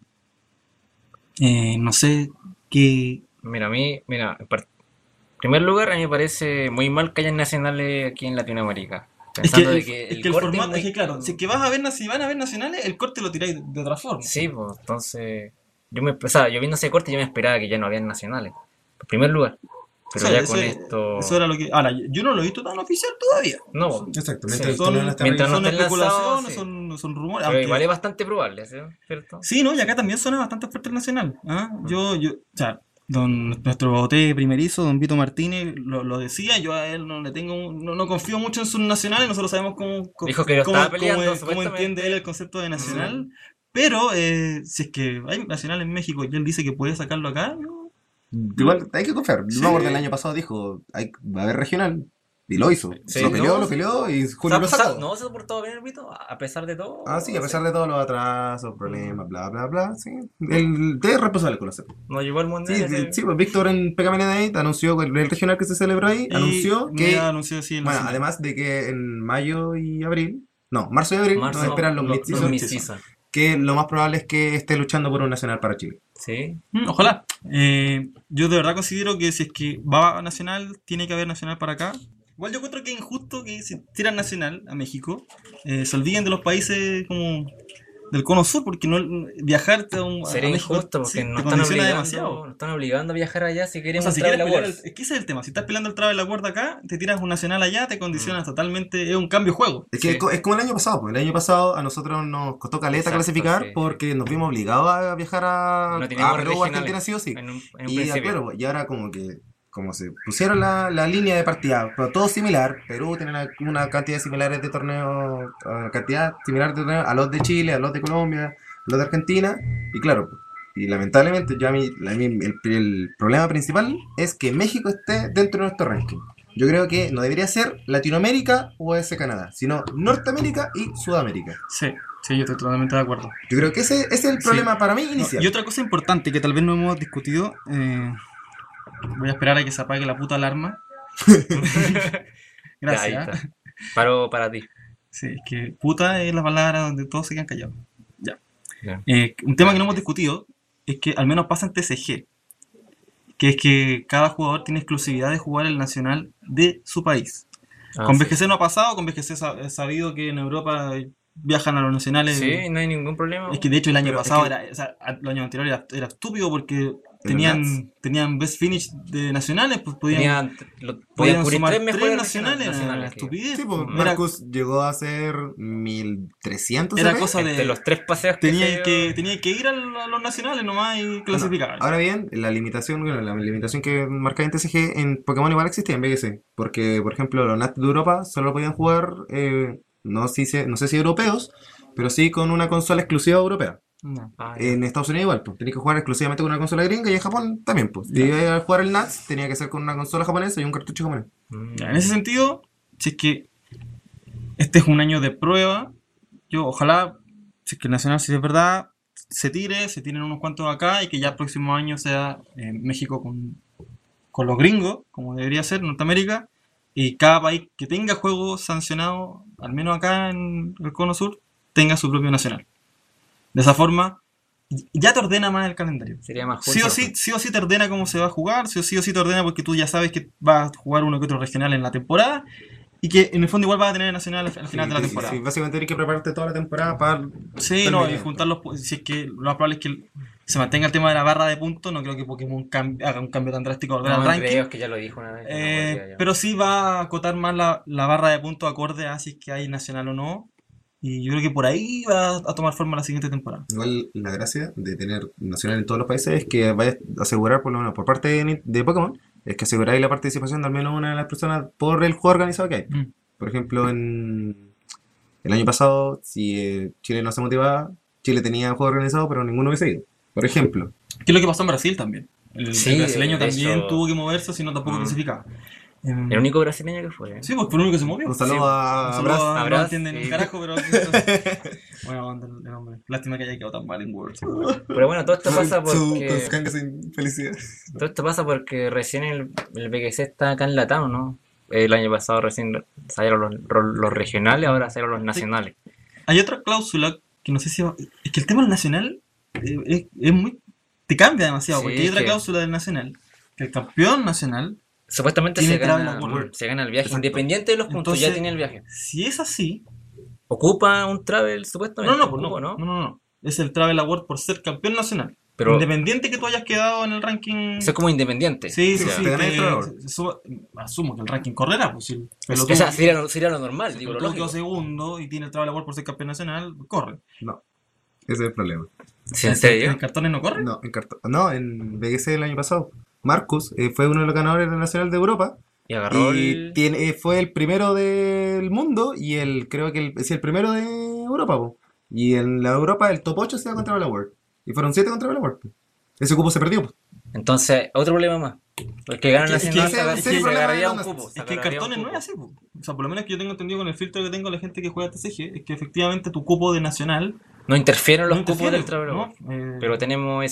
No sé qué. Mira, en primer lugar, a mí me parece muy mal que hayan nacionales aquí en Latinoamérica. Es que, Pensando de es que que el corte formato, muy- es que claro, si es que vas a ver, si van a ver nacionales, el corte lo tiráis de otra forma. Sí, pues, entonces, o sea, yo viendo ese corte yo me esperaba que ya no habían nacionales. En primer lugar. Pero O sea, ya con esto... eso era lo que. Ahora, yo no lo he visto tan oficial todavía. No, Exacto. Sí, Mientras Son, el torneo no esté mientras no son estén lanzados, especulaciones, son rumores. pero aunque- igual es bastante probable, ¿sí? ¿Cierto? Sí, ¿no? Y acá también suena bastante fuerte el nacional. ¿Ah? O sea, nuestro boté primerizo, don Vito Martínez, lo decía, yo a él no le tengo, no confío mucho en sus nacionales, nosotros sabemos Dijo que lo estaba peleando, cómo supuestamente. entiende él el concepto de nacional, pero si es que hay nacional en México y él dice que puede sacarlo acá, yo- Igual hay que confiar. Sí. No me acuerdo, el año pasado dijo, va a haber regional. Y lo hizo. Sí, lo peleó no, y Julio lo sacó. No, se portó bien el Vito, a pesar de todo. Ah, sí, a pesar de todos los atrasos, problemas, bla, bla, bla, sí. Él es responsable con hacerlo. No llegó al Sí, mundial. sí, sí, pues Víctor en Pegamene Night anunció el regional que se celebró ahí, y anunció que, ya anunció así el bueno, nacional. además de que en mayo y abril, no, marzo y abril, Marzo, nos esperan los los mid-season, Los mid-season. mid-season. que lo más probable es que esté luchando por un nacional para Chile. Sí. Ojalá. Yo de verdad considero que si es que va a nacional, tiene que haber nacional para acá. Igual yo encuentro que es injusto que si tiran nacional a México, se olviden de los países como del cono sur, porque no viajar a Sería México, injusto porque sí, no te están condiciona obligando, demasiado. no están obligando a viajar allá si O queremos sea, si entrar quieres a la pelear, Worlds. es que ese es el tema. Si estás peleando el Travel Award acá, te tiras un nacional allá, te condicionas totalmente. Es un cambio de juego. Es que Sí. es como el año pasado, pues el año pasado a nosotros nos costó caleta Exacto, clasificar sí, sí. porque nos vimos obligados a viajar a, No teníamos Perú o regionales Argentina sí o sí. en un Y principio. claro, y ahora como se pusieron la línea de partida, pero todo similar. Perú tiene una cantidad similares de torneos, cantidad similar de torneos a los de Chile, a los de Colombia, a los de Argentina. Y claro, y lamentablemente yo a mí el problema principal es que México esté dentro de nuestro ranking. Yo creo que no debería ser Latinoamérica o ese Canadá, sino Norteamérica y Sudamérica. Sí, sí, yo estoy totalmente de acuerdo. Yo creo que ese es el Sí. problema para mí No, inicial. y otra cosa importante que tal vez no hemos discutido, voy a esperar a que se apague la puta alarma. Ya, ahí Gracias. está. Paro para ti. Sí, es que puta es la palabra donde todos se quedan callados. Ya. Ya. Un tema que no hemos discutido es que al menos pasa en TCG, que es que cada jugador tiene exclusividad de jugar el nacional de su país. Con Sí. BGC no ha pasado, con BGC es sabido que en Europa viajan a los nacionales. Sí, no hay ningún problema. Es que de hecho el año Pero es pasado que- los años anteriores era estúpido porque tenían best finish de nacionales, pues podían Podían cubrir sumar 3 mejores nacionales, era una que- estupidez. Sí, pues Era- Marcus llegó a hacer 1300 Era CP. cosa de... Entre los 3 paseos que Tenía se que ir a los nacionales nomás y clasificar. Ahora bien, la limitación que marcaba en TCG en Pokémon igual existía en BGC. Porque, por ejemplo, los Nats de Europa solo podían jugar, no sé si europeos, pero sí con una consola exclusiva europea. No. Ah, ya. En Estados Unidos igual, pues tenías que jugar exclusivamente con una consola gringa y en Japón también, pues. Si ibas a jugar el Nats, tenía que ser con una consola japonesa y un cartucho japonés. Ya, en ese sentido, si es que este es un año de prueba, yo ojalá, si es que el Nacional, si es verdad, se tiren unos cuantos acá y que ya el próximo año sea México con los gringos, como debería ser, Norteamérica, y cada país que tenga juegos sancionados, al menos acá en el Cono Sur, tenga su propio Nacional. De esa forma, ya te ordena más el calendario. Sería más Sí justo. o sí te ordena cómo se va a jugar, sí o sí te ordena porque tú ya sabes que vas a jugar uno que otro regional en la temporada y que en el fondo igual vas a tener el nacional al final de la temporada. Sí, básicamente tienes que prepararte toda la temporada para... Sí, no, y juntar si es que lo más probable es que se mantenga el tema de la barra de puntos, no creo que Pokémon haga un cambio tan drástico al No, ranking. creo que ya lo dijo una vez. que no podría ya. Pero sí va a acotar más la barra de puntos acorde a si es que hay nacional o no. Y yo creo que por ahí va a tomar forma la siguiente temporada. Igual la gracia de tener nacional en todos los países es que vayas a asegurar, por lo menos por parte de Pokémon, es que aseguráis la participación de al menos una de las personas por el juego organizado que hay. Por ejemplo, el año pasado, si Chile no se motivaba, Chile tenía juego organizado, pero ninguno hubiese ido. Por ejemplo. ¿Qué es lo que pasó en Brasil también? El Sí, brasileño de también hecho. tuvo que moverse, si no tampoco clasificaba. El único brasileño que fue. Sí, pues fue el único que se movió. Un saludo Sí, a un saludo Bras. no Bras, entienden sí. un carajo, pero... bueno, el hombre. Lástima que haya quedado tan mal en Worlds. Pero bueno, todo esto pasa Con sus porque. cangas sin felicidad. Todo esto pasa porque recién el BGC está acá en Latam, ¿no? El año pasado recién salieron los regionales, ahora salieron los nacionales. Hay otra cláusula que no sé si... Es que el tema del nacional es muy... Te cambia demasiado, Sí, porque hay es otra que- cláusula del nacional, que el campeón nacional, Supuestamente Tiene se Travel gana, Award. se gana el viaje, Exacto. independiente de los puntos, ya Entonces, tiene el viaje. si es así... Ocupa un travel, No, supuestamente. no, pues ocupa, no. Es el Travel Award por ser campeón nacional. Pero Independiente que tú hayas quedado en el ranking... eso es como independiente. Sí, Sí, sí, te sí. ganas el Travel Award. Asumo que el ranking correrá, pues si el O pelotudo, sea, sería lo normal, si el digo, lo pelotudo quedó lógico. segundo y tiene el Travel Award por ser campeón nacional, corre. No, ese es el problema. ¿Sí, en serio? ¿En cartones no corre? No, en BGC el año pasado. Marcus fue uno de los ganadores del Nacional de Europa. Y agarró Y fue el primero del mundo y creo que el primero de Europa, po. Y en la Europa el top 8 se da contra el Award. Y fueron 7 contra el Award, po. Ese cupo se perdió, po. Entonces, otro problema más. Porque gana Es que- nacional, es que ese se problema agarraría de un los- cupo. Es que en cartones no es así, po. O sea, por lo menos que yo tengo entendido con el filtro que tengo la gente que juega TCG, es que efectivamente tu cupo de nacional No interfieren los no cupos interfiere, del Travel ¿no? Award. Pero tenemos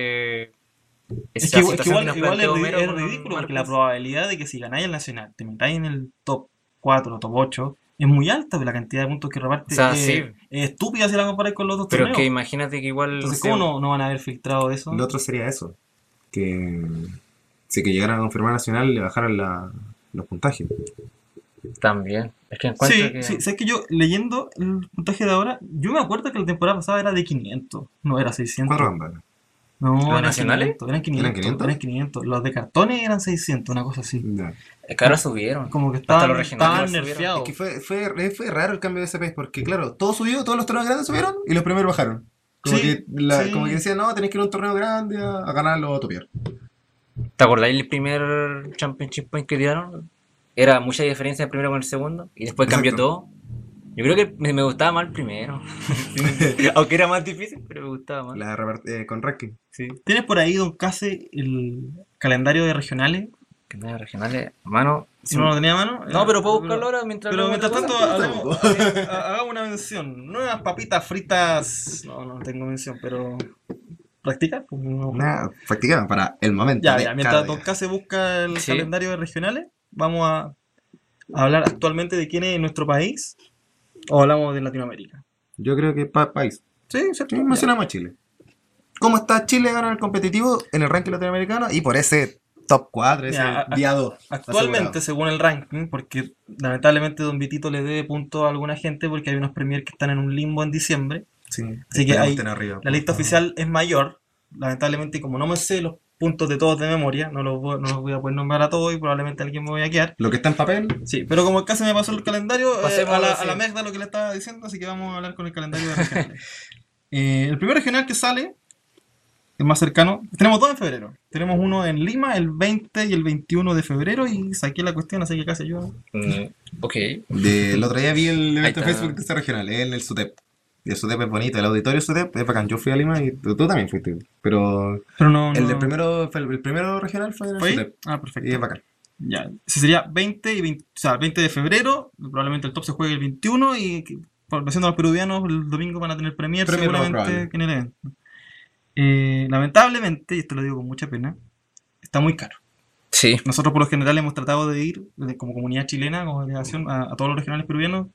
Es esa que situación igual nos es planteó Homero es con ridículo porque la Marcus. probabilidad de que si ganáis el nacional te metáis en el top 4, top 8 es muy alta, pero la cantidad de puntos que reparte O sea, es, sí. es estúpida si la comparáis con los otros Pero torneos. que imagínate que igual. Entonces, no sé, ¿cómo no van a haber filtrado eso? Lo otro sería eso. Que si que llegaran a confirmar Nacional le bajaran los puntajes. También. Es que encuentro Sí, que. sí, sabes que yo leyendo el puntaje de ahora, yo me acuerdo que la temporada pasada era de 500, no era 600. ¿Cuántas rondas? No, ¿Los eran nacionales? 500, eran 500, ¿Eran 500? eran 500. Los de cartones eran 600, una cosa así. No. Es que ahora subieron. Como que Hasta estaban, los regionales estaban subieron. nerfeados. Es que fue raro el cambio de CP porque claro, todo subió, todos los torneos grandes subieron y los primeros bajaron. Como, Sí, sí. como que decían, no, tenés que ir a un torneo grande a ganarlo o a topear. ¿Te acordáis el primer Championship Point que tiraron? Era mucha diferencia el primero con el segundo y después cambió Exacto. todo. Yo creo que me gustaba más el primero. Aunque era más difícil, pero me gustaba más. Con ranking. Sí. ¿Tienes por ahí, don Case, el calendario de regionales? Que no era regionales, hermano. Si no lo tenía a mano. No, pero puedo buscarlo ahora mientras Pero hablamos mientras de tanto, otra cosa. hagamos una mención. Nuevas papitas fritas. No tengo mención, pero. ¿Practica? Pues no. Nada, practicaban para el momento. Ya, de ya. cada Mientras día. don Case busca el Sí. calendario de regionales, vamos a hablar actualmente de quién es en nuestro país o hablamos de Latinoamérica. Yo creo que país. Sí, ¿cierto? Sí, mencionamos a Chile. ¿Cómo está Chile gana el competitivo en el ranking latinoamericano? Y por ese top 4, ese Ya, día 2. Actualmente, según el ranking, porque lamentablemente Don Vitito le debe puntos a alguna gente porque hay unos premier que están en un limbo en diciembre. Sí, Así que esperemos ahí tener arriba, La lista por favor. oficial es mayor. Lamentablemente, como no me sé los puntos de todos de memoria, no los voy a poder nombrar a todos y probablemente a alguien me voy a quedar. Lo que está en papel. Sí, pero como casi me pasó el calendario, Pasémoslo, a la sí. Megda lo que le estaba diciendo, así que vamos a hablar con el calendario de regionales. El primer regional que sale, el más cercano, tenemos dos en febrero. Tenemos uno en Lima el 20 y el 21 de febrero y saqué la cuestión, así que casi ayuda. Ok. El otro día vi el evento de Ahí está. Facebook de ese regional, en el SUTEP. Y el SUTEP es bonito, el auditorio SUTEP es bacán. Yo fui a Lima y tú también fuiste. Pero Pero no. el primero regional fue en el ¿Fue ahí? SUTEP. Ah, perfecto. Y es bacán. Ya, ese sería 20 y 20, o sea, 20 de febrero, probablemente el top se juegue el 21 y siendo los peruvianos el domingo van a tener premier Premier lo más seguramente probable. en el evento. Lamentablemente, y esto lo digo con mucha pena, está muy caro. Sí. Nosotros por lo general hemos tratado de ir como comunidad chilena, como delegación, a todos los regionales peruvianos.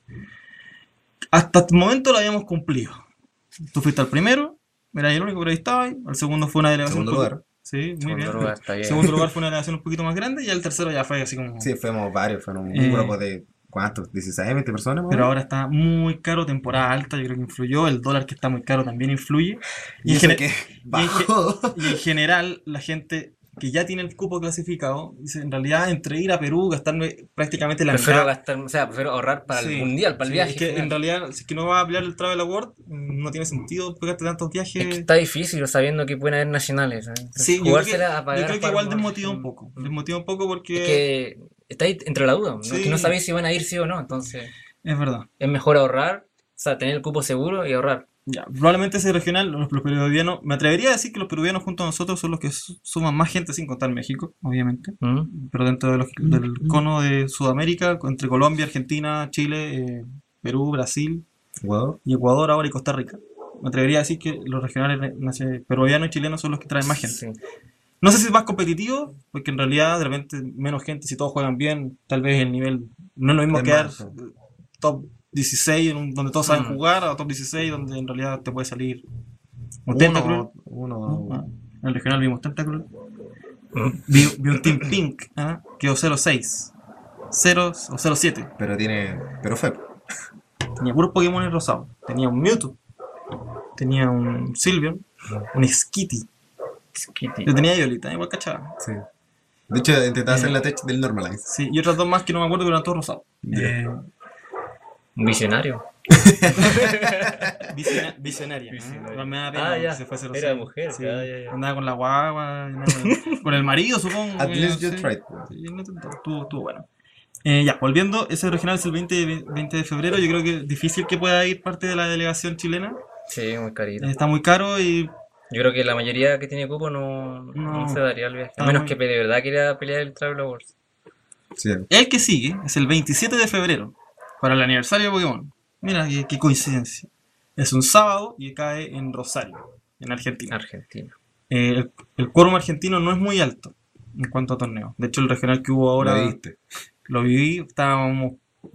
Hasta el momento lo habíamos cumplido. Tú fuiste al primero, era el único que ahí estaba, al segundo fue una delegación. Segundo lugar. Sí, muy Segundo bien. lugar, está bien. Segundo lugar fue una delegación un poquito más grande y el tercero ya fue así como... Sí, fuimos varios, fueron un Eh, grupo de, ¿cuántos? 16, 20 personas. Pero ahora está muy caro, temporada alta, yo creo que influyó. El dólar que está muy caro también influye. Y en eso gene- que y en ge- bajó. y en general, la gente que ya tiene el cupo clasificado, dice, en realidad, entre ir a Perú, gastarme prácticamente la Prefiero mitad. gastar, o sea, prefiero ahorrar para Sí, el mundial, para el sí, viaje. es que final. en realidad, si es que no vas a pelear el Travel Award, no tiene sentido pegarte tantos Es que viajes. está difícil sabiendo que pueden haber nacionales. Entonces, Sí, jugársela a yo pagar creo que para igual jugar. desmotiva un poco. Desmotiva un poco Es porque que estáis entre la duda, ¿no? Sí. Que no sabéis si van a ir sí o no. Entonces, es verdad. es mejor ahorrar, o sea, tener el cupo seguro y ahorrar. Ya, probablemente ese regional, los peruvianos, me atrevería a decir que los peruvianos junto a nosotros son los que suman más gente sin contar México, obviamente. Pero dentro del cono de Sudamérica, entre Colombia, Argentina, Chile, Perú, Brasil Wow. y Ecuador ahora y Costa Rica. Me atrevería a decir que los regionales peruvianos y chilenos son los que traen más gente. Sí. No sé si es más competitivo, porque en realidad de repente menos gente, si todos juegan bien, tal vez el nivel no es lo mismo Es quedar más, top 16 donde todos saben jugar, a top 16 donde en realidad te puede salir un Tentacle. Uno. En el regional vimos Tentacle. Mm. Vi un Team Pink, quedó 0-6, 0 o 0-7. Pero fue. Tenía puros Pokémon rosados. Tenía un Mewtwo, tenía un Sylveon, un Skitty. Skitty. Yo tenía Violita, igual cachaba. Sí. De hecho, intentaba hacer la tech del Normalize. Sí, y otras dos más que no me acuerdo, pero eran todos rosados. Un visionario. Visionaria. Visionaria. Igual me da pena Ya. que se fue 0-6. Era mujer. Sí. Ya. Andaba con la guagua, andaba con el marido, supongo. At que, least you sí. tried. Sí, lo intentó, estuvo bueno. Ya, volviendo, ese regional es el 20 de febrero. Yo creo que es difícil que pueda ir parte de la delegación chilena. Sí, muy carito. Está muy caro y Yo creo que la mayoría que tiene cupo no se daría el viaje. A Ah, menos muy- que de verdad quiera pelear el Travel Awards. Sí. el que sigue es el 27 de febrero para el aniversario de Pokémon. Mira, qué coincidencia. Es un sábado y cae en Rosario, en Argentina. Argentina. El quórum argentino no es muy alto en cuanto a torneos. De hecho, el regional que hubo ahora Lo viste. lo viví, estábamos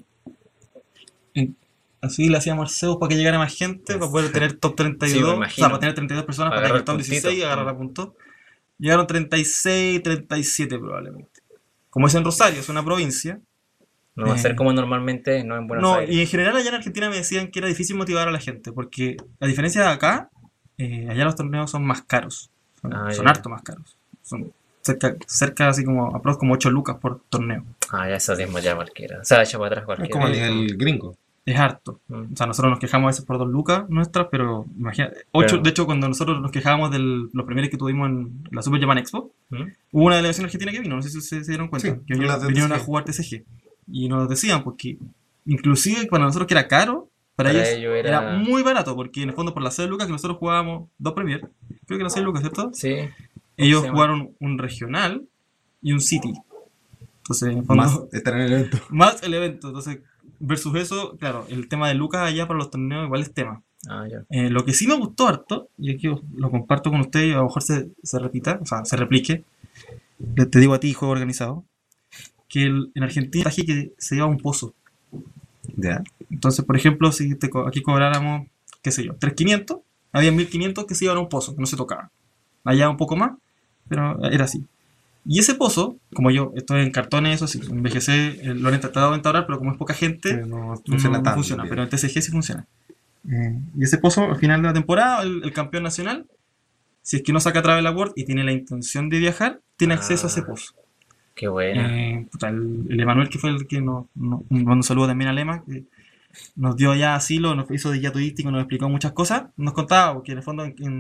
así le hacíamos Arceus para que llegara más gente, para poder tener top 32, Sí, me o sea, imagino. para tener 32 personas, Para para tener el agarrar top puntito. 16 y agarrar a puntos. Llegaron 36, 37 probablemente. Como es en Rosario, es una provincia. No va a ser como normalmente, no en Buenos No, Aires. y en general allá en Argentina me decían que era difícil motivar a la gente, porque a diferencia de acá, allá los torneos son más caros. Son Ya. harto más caros. Son cerca así como aprox como 8 lucas por torneo. Ah, ya eso mismo ya cualquiera. O sea, echa para atrás Es cualquiera. como a nivel gringo. Es harto. Mm. O sea, nosotros nos quejamos a veces por 2 lucas nuestras, pero imagínate. 8, Pero- de hecho, cuando nosotros nos quejábamos de los primeros que tuvimos en la Super Japan Expo, ¿Mm? hubo una delegación argentina que vino, no sé si se dieron cuenta, Sí, que vinieron, las de vinieron a TCG. jugar TCG. Y nos decían, porque inclusive para nosotros que era caro, para ellos era muy barato, porque en el fondo por las 6 lucas que nosotros jugábamos 2 Premier, creo que eran 6 lucas, ¿cierto? Sí. Ellos Sí, jugaron un regional y un City. Entonces, en el fondo, Más estar en el evento. más el evento. Entonces, versus eso, claro, el tema de lucas allá para los torneos igual es tema. Ah, ya. Lo que sí me gustó harto, y aquí lo comparto con ustedes y a lo mejor se repita, o sea, se replique, te digo a ti, juego organizado, que en Argentina que se lleva un pozo. Ya. Entonces, por ejemplo, si aquí cobráramos, qué sé yo, 3.500, había 1.500 que se iban a un pozo, que no se tocaban. Allá un poco más, pero era así. Y ese pozo, como yo estoy en cartones, eso sí, en BGC lo han tratado de instaurar, pero como es poca gente, Que no funciona no tanto. funciona, bien. pero en TCG sí funciona. Y ese pozo, al final de la temporada, el campeón nacional si es que no saca Travel Award y tiene la intención de viajar, tiene acceso a ese pozo. Qué bueno. Puta, el Emanuel, que fue el que nos mando un saludo también a Lema, que nos dio ya asilo, nos hizo de guía turístico, nos explicó muchas cosas. Nos contaba que en el fondo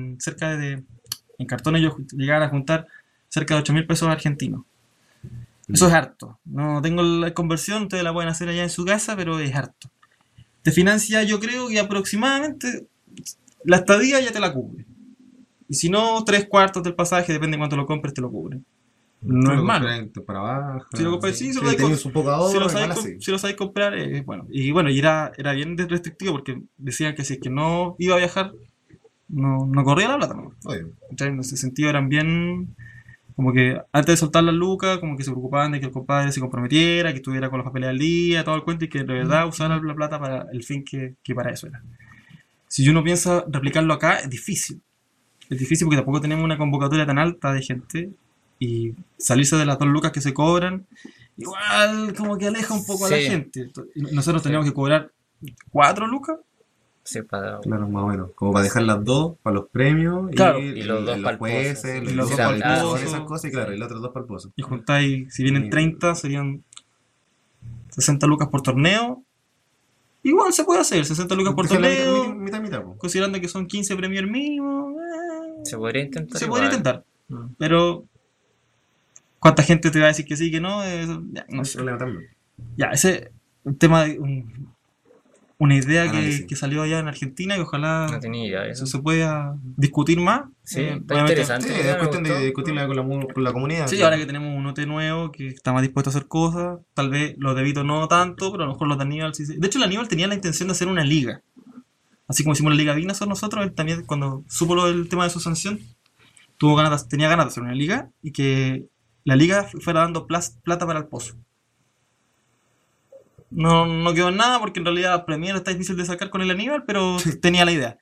en cartón ellos llegaban a juntar cerca de 8.000 pesos argentinos. Eso es harto. No tengo la conversión, ustedes la pueden hacer allá en su casa, pero es harto. Te financia, yo creo que aproximadamente la estadía ya te la cubre. Y si no, 3/4 del pasaje, depende de cuánto lo compres, te lo cubre. No es malo. Para abajo. Si lo compras, sí, Si tenías un poco ahora, si lo sabéis comprar, bueno. Y bueno, y era bien restrictivo porque decían que si es que no iba a viajar, no corría la plata, ¿no? Oye, ¿Cachai? En ese sentido eran bien, como que antes de soltar las lucas, como que se preocupaban de que el compadre se comprometiera, que estuviera con los papeles al día, todo el cuento, y que de verdad usara la plata para el fin que para eso era. Si uno piensa replicarlo acá, es difícil. Es difícil porque tampoco tenemos una convocatoria tan alta de gente y salirse de las 2 lucas que se cobran, igual como que aleja un poco a la Sí. gente. Y nosotros teníamos que cobrar 4 lucas. Sí, para... claro, más o menos. Como para dejar las 2 para los premios Claro, y los 2 los pa'l pozo, jueces, sí. los Y los 2 pa'l pa'l pozo, pozo. esas cosas, y claro, y los otros 2 para el pozo. Y juntáis, si vienen Sí. 30, serían 60 lucas por torneo. Igual se puede hacer, 60 lucas por Dejar la torneo, mitad, po. considerando que son 15 premios el mínimo. Se podría intentar Se igual. podría intentar, Mm. pero ¿cuánta gente te va a decir que sí, que no? Ya, no No hay sé. problema también. Ya, ese es un tema, una idea Análisis. que salió allá en Argentina y ojalá No tenía idea de eso eso. se pueda discutir más. Sí, está obviamente- interesante. Sí, Me es cuestión de gustó. discutirla con la comunidad. Sí, ahora que tenemos un OT nuevo que está más dispuesto a hacer cosas, tal vez los de Vito no tanto, pero a lo mejor los de Aníbal sí. De hecho, el Aníbal tenía la intención de hacer una liga. Así como hicimos la Liga Vignason nosotros, él también cuando supo lo del tema de su sanción, tenía ganas de hacer una liga y que la liga fuera dando plata para el pozo. No quedó en nada porque en realidad Premier está difícil de sacar con el Aníbal, pero tenía la idea.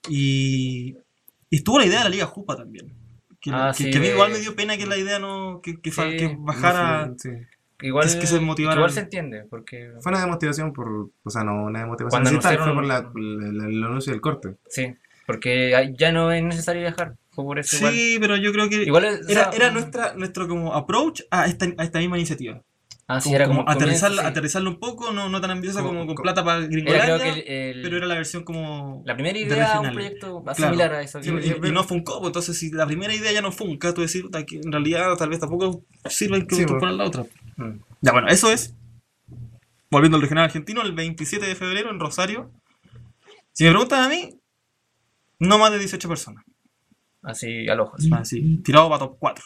Y estuvo la idea de la Liga Jupa también. Que a Sí, mí igual me dio pena que la idea que bajara. Sí. Igual, Es que se motivaron. igual se entiende, porque Fue una demotivación o sea, no una demotivación. Cuando Sí, tal, fue anunciaron- por el anuncio del corte. sí, porque ya no es necesario viajar, fue por eso igual. Sí, pero yo creo que Igual o sea, era nuestro como approach a esta misma iniciativa. sí, era como aterrizarla, comienzo, sí. aterrizarla un poco, no tan ambiciosa como con Como- plata para Era Gringolandia, creo que pero era la versión como la primera de idea de un regionales. proyecto Claro. similar a eso. Sí, que- y no funcó, pues, entonces si la primera idea ya no funca, tú decir puta, que en realidad tal vez tampoco sirva que Sí, incorporar la otra. Mm. Ya bueno, eso es. Volviendo al regional argentino, el 27 de febrero en Rosario. Si me preguntan a mí, no más de 18 personas. Así al ojo. Así, tirado para top 4.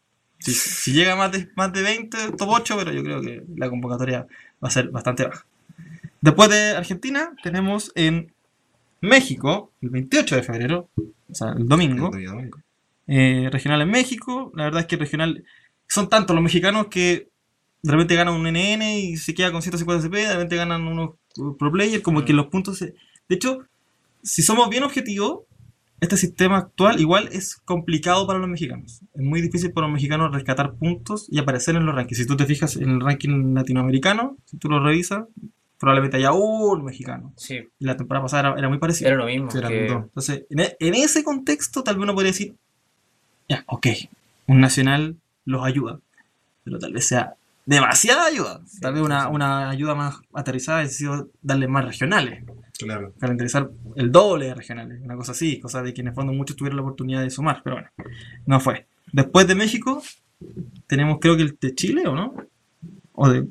Si llega más de 20, top 8, pero yo creo que la convocatoria va a ser bastante baja. Después de Argentina, tenemos en México, el 28 de febrero, o sea, el domingo, El domingo. regional en México. La verdad es que el regional son tantos los mexicanos que de repente ganan un NN y se queda con 150 CP, de repente ganan unos pro player, como que los puntos de hecho, si somos bien objetivos, este sistema actual igual es complicado para los mexicanos. Es muy difícil para los mexicanos rescatar puntos y aparecer en los rankings. Si tú te fijas en el ranking latinoamericano, si tú lo revisas, probablemente haya un mexicano. Sí, Y la temporada pasada era muy parecido. era lo mismo. Sí, eran que- dos. Entonces, en ese contexto, tal vez uno podría decir, ya, ok, un nacional los ayuda, pero tal vez sea demasiada ayuda. Sí, Tal vez una ayuda más aterrizada es decir, darle más regionales, Claro. calendarizar el doble de regionales, una cosa así, cosa de que en el fondo muchos tuvieron la oportunidad de sumar, pero bueno, no fue. Después de México, tenemos creo que el de Chile, ¿o no? O de...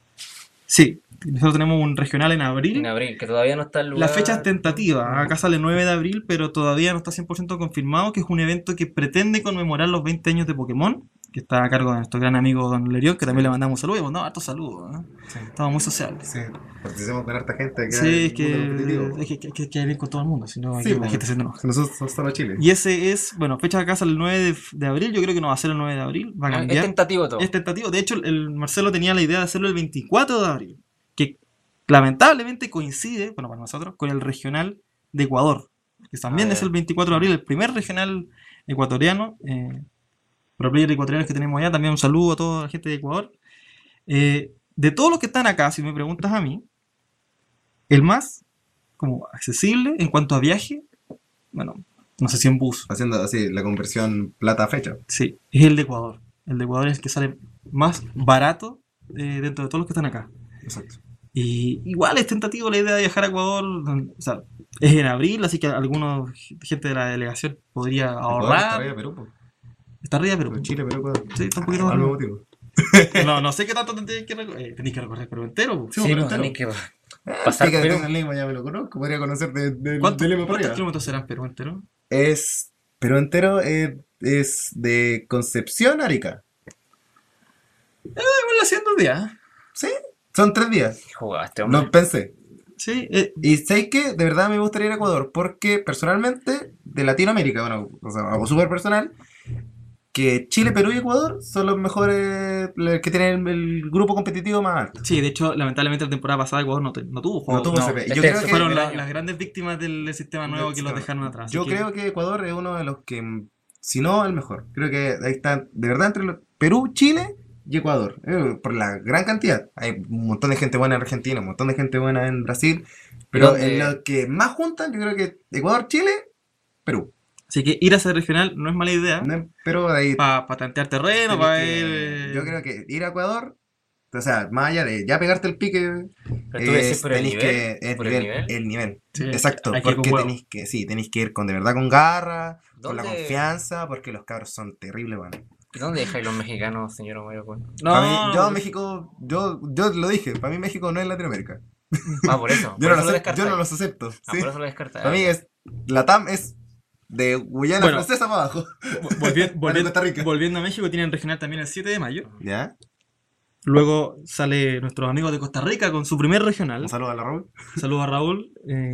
Sí, nosotros tenemos un regional en abril. En abril, que todavía no está el La lugar. fecha es tentativa, acá sale el 9 de abril, pero todavía no está 100% confirmado, que es un evento que pretende conmemorar los 20 años de Pokémon, que está a cargo de nuestro gran amigo Don Leriot, que también le mandamos un saludo, y le mandamos hartos saludos, ¿eh? Sí. Estamos muy sociables. Sí. Participamos con harta gente. Sí, es mundo competitivo. que hay que quedar bien con todo el mundo, si no Sí, la pues. gente se enoja. Nosotros somos solo Chile. Y ese es, bueno, fecha acá sale el 9 de abril, yo creo que no va a ser el 9 de abril, va a Es cambiar. tentativo todo. Es tentativo. De hecho, el Marcelo tenía la idea de hacerlo el 24 de abril, que lamentablemente coincide, bueno, para nosotros, con el regional de Ecuador, que también es ya. el 24 de abril, el primer regional ecuatoriano. Pro player ecuatorianos que tenemos allá, también un saludo a toda la gente de Ecuador. De todos los que están acá, si me preguntas a mí, el más como accesible en cuanto a viaje, bueno, no sé si en bus. Haciendo así la conversión plata a fecha. Sí, es el de Ecuador. El de Ecuador es el que sale más barato dentro de todos los que están acá. Exacto. Y igual es tentativo la idea de viajar a Ecuador. O sea, es en abril, así que algunos gente de la delegación podría Ecuador está ahorrar. arriba de Perú, po. Está arriba, pero Pero Chile, Perú, Ecuador. sí, está un poquito Al más. mismo motivo. No sé qué tanto tenéis que recorrer. Tenéis que recorrer Perú entero. Po. Sí, Sí, pero pues tenéis que pasar Pica de Perú. Tengan Lima ya me lo conozco, podría conocer de ¿Cuántos Lima para allá. kilómetros serán Perú entero? Perú entero es de Concepción a Arica. Igual haciendo días. Sí, son 3 días. Jugaste, hombre. No pensé. Sí, Y sé que de verdad me gustaría ir a Ecuador, porque personalmente, de Latinoamérica, bueno, o sea, algo súper personal, que Chile, Perú y Ecuador son los mejores, los que tienen el grupo competitivo más alto. sí, de hecho, lamentablemente la temporada pasada Ecuador no tuvo No juegos. tuvo no, CP. este Yo creo se que Fueron el la- año. las grandes víctimas del sistema nuevo que los dejaron atrás. Yo creo que Ecuador es uno de los que, si no el mejor, creo que ahí están, de verdad, entre Perú, Chile y Ecuador, por la gran cantidad. Hay un montón de gente buena en Argentina, un montón de gente buena en Brasil, pero ¿Dónde? en lo que más juntan, yo creo que Ecuador, Chile, Perú. Así que ir a ese regional no es mala idea. No, pero de ahí Para tantear terreno, tenés para que- ver. yo creo que ir a Ecuador, o sea, más allá de ya pegarte el pique, Pero tú decís por el tenéis nivel. que es ¿Por el nivel? el nivel. Sí, Exacto, hay que ir con porque huevo. tenéis que ir con de verdad con garra, con la ¿Dónde? confianza, porque los cabros son terribles, bueno. ¿Y dónde dejáis los mexicanos, señor Mario? Pues? No, Para mí, yo no, México, yo lo dije, para mí México no es Latinoamérica. Ah, por eso. Yo Por no, eso lo yo no descartáis. los acepto. Ah, ¿sí? por eso lo descartáis. Para mí es, la TAM es de Guyana Bueno. Francesa para abajo. Costa Rica. volviendo a México, tienen regional también el 7 de mayo. ¿Ya? Luego sale nuestros amigos de Costa Rica con su primer regional. Un saludo a la Raúl. Saludos a Raúl.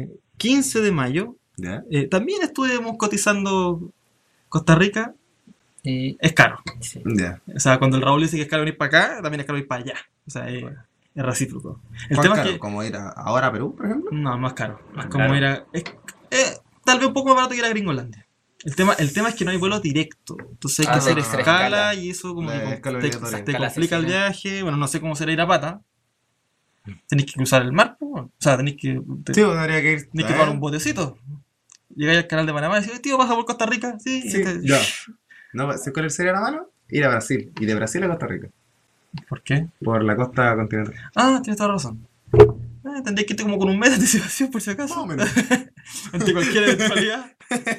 15 de mayo. ¿Ya? También estuvimos cotizando Costa Rica. Y... Es caro. sí. Ya. O sea, cuando el Raúl dice que es caro venir para acá, también es caro ir para allá. O sea, es recíproco. El ¿Cuán tema caro? es que. ¿Como ir ahora a Perú, por ejemplo? No, es más caro. Más Es como caro. ir a. Tal vez un poco más barato que ir a Gringolandia. El tema es que no hay vuelo directo. Entonces hay que hacer hay que hacer escala escala. y eso como La que escala te obligatoria. te Escala complica el asesina. viaje. Bueno, no sé cómo será ir a pata. Tenéis que cruzar el mar, pues, o sea, tenéis que, Sí, pues habría que ir. tenéis que tomar un botecito. Llegáis al canal de Panamá y decís, tío, ¿pasa por Costa Rica? Sí, Sí, y ya. No, ¿cuál sería la mano? Ir a Brasil. Y de Brasil a Costa Rica. ¿Por qué? Por la costa continental. Ah, tienes toda la razón. Tendréis que irte como con un mes de anticipación por si acaso. Más o menos. Ante cualquier eventualidad.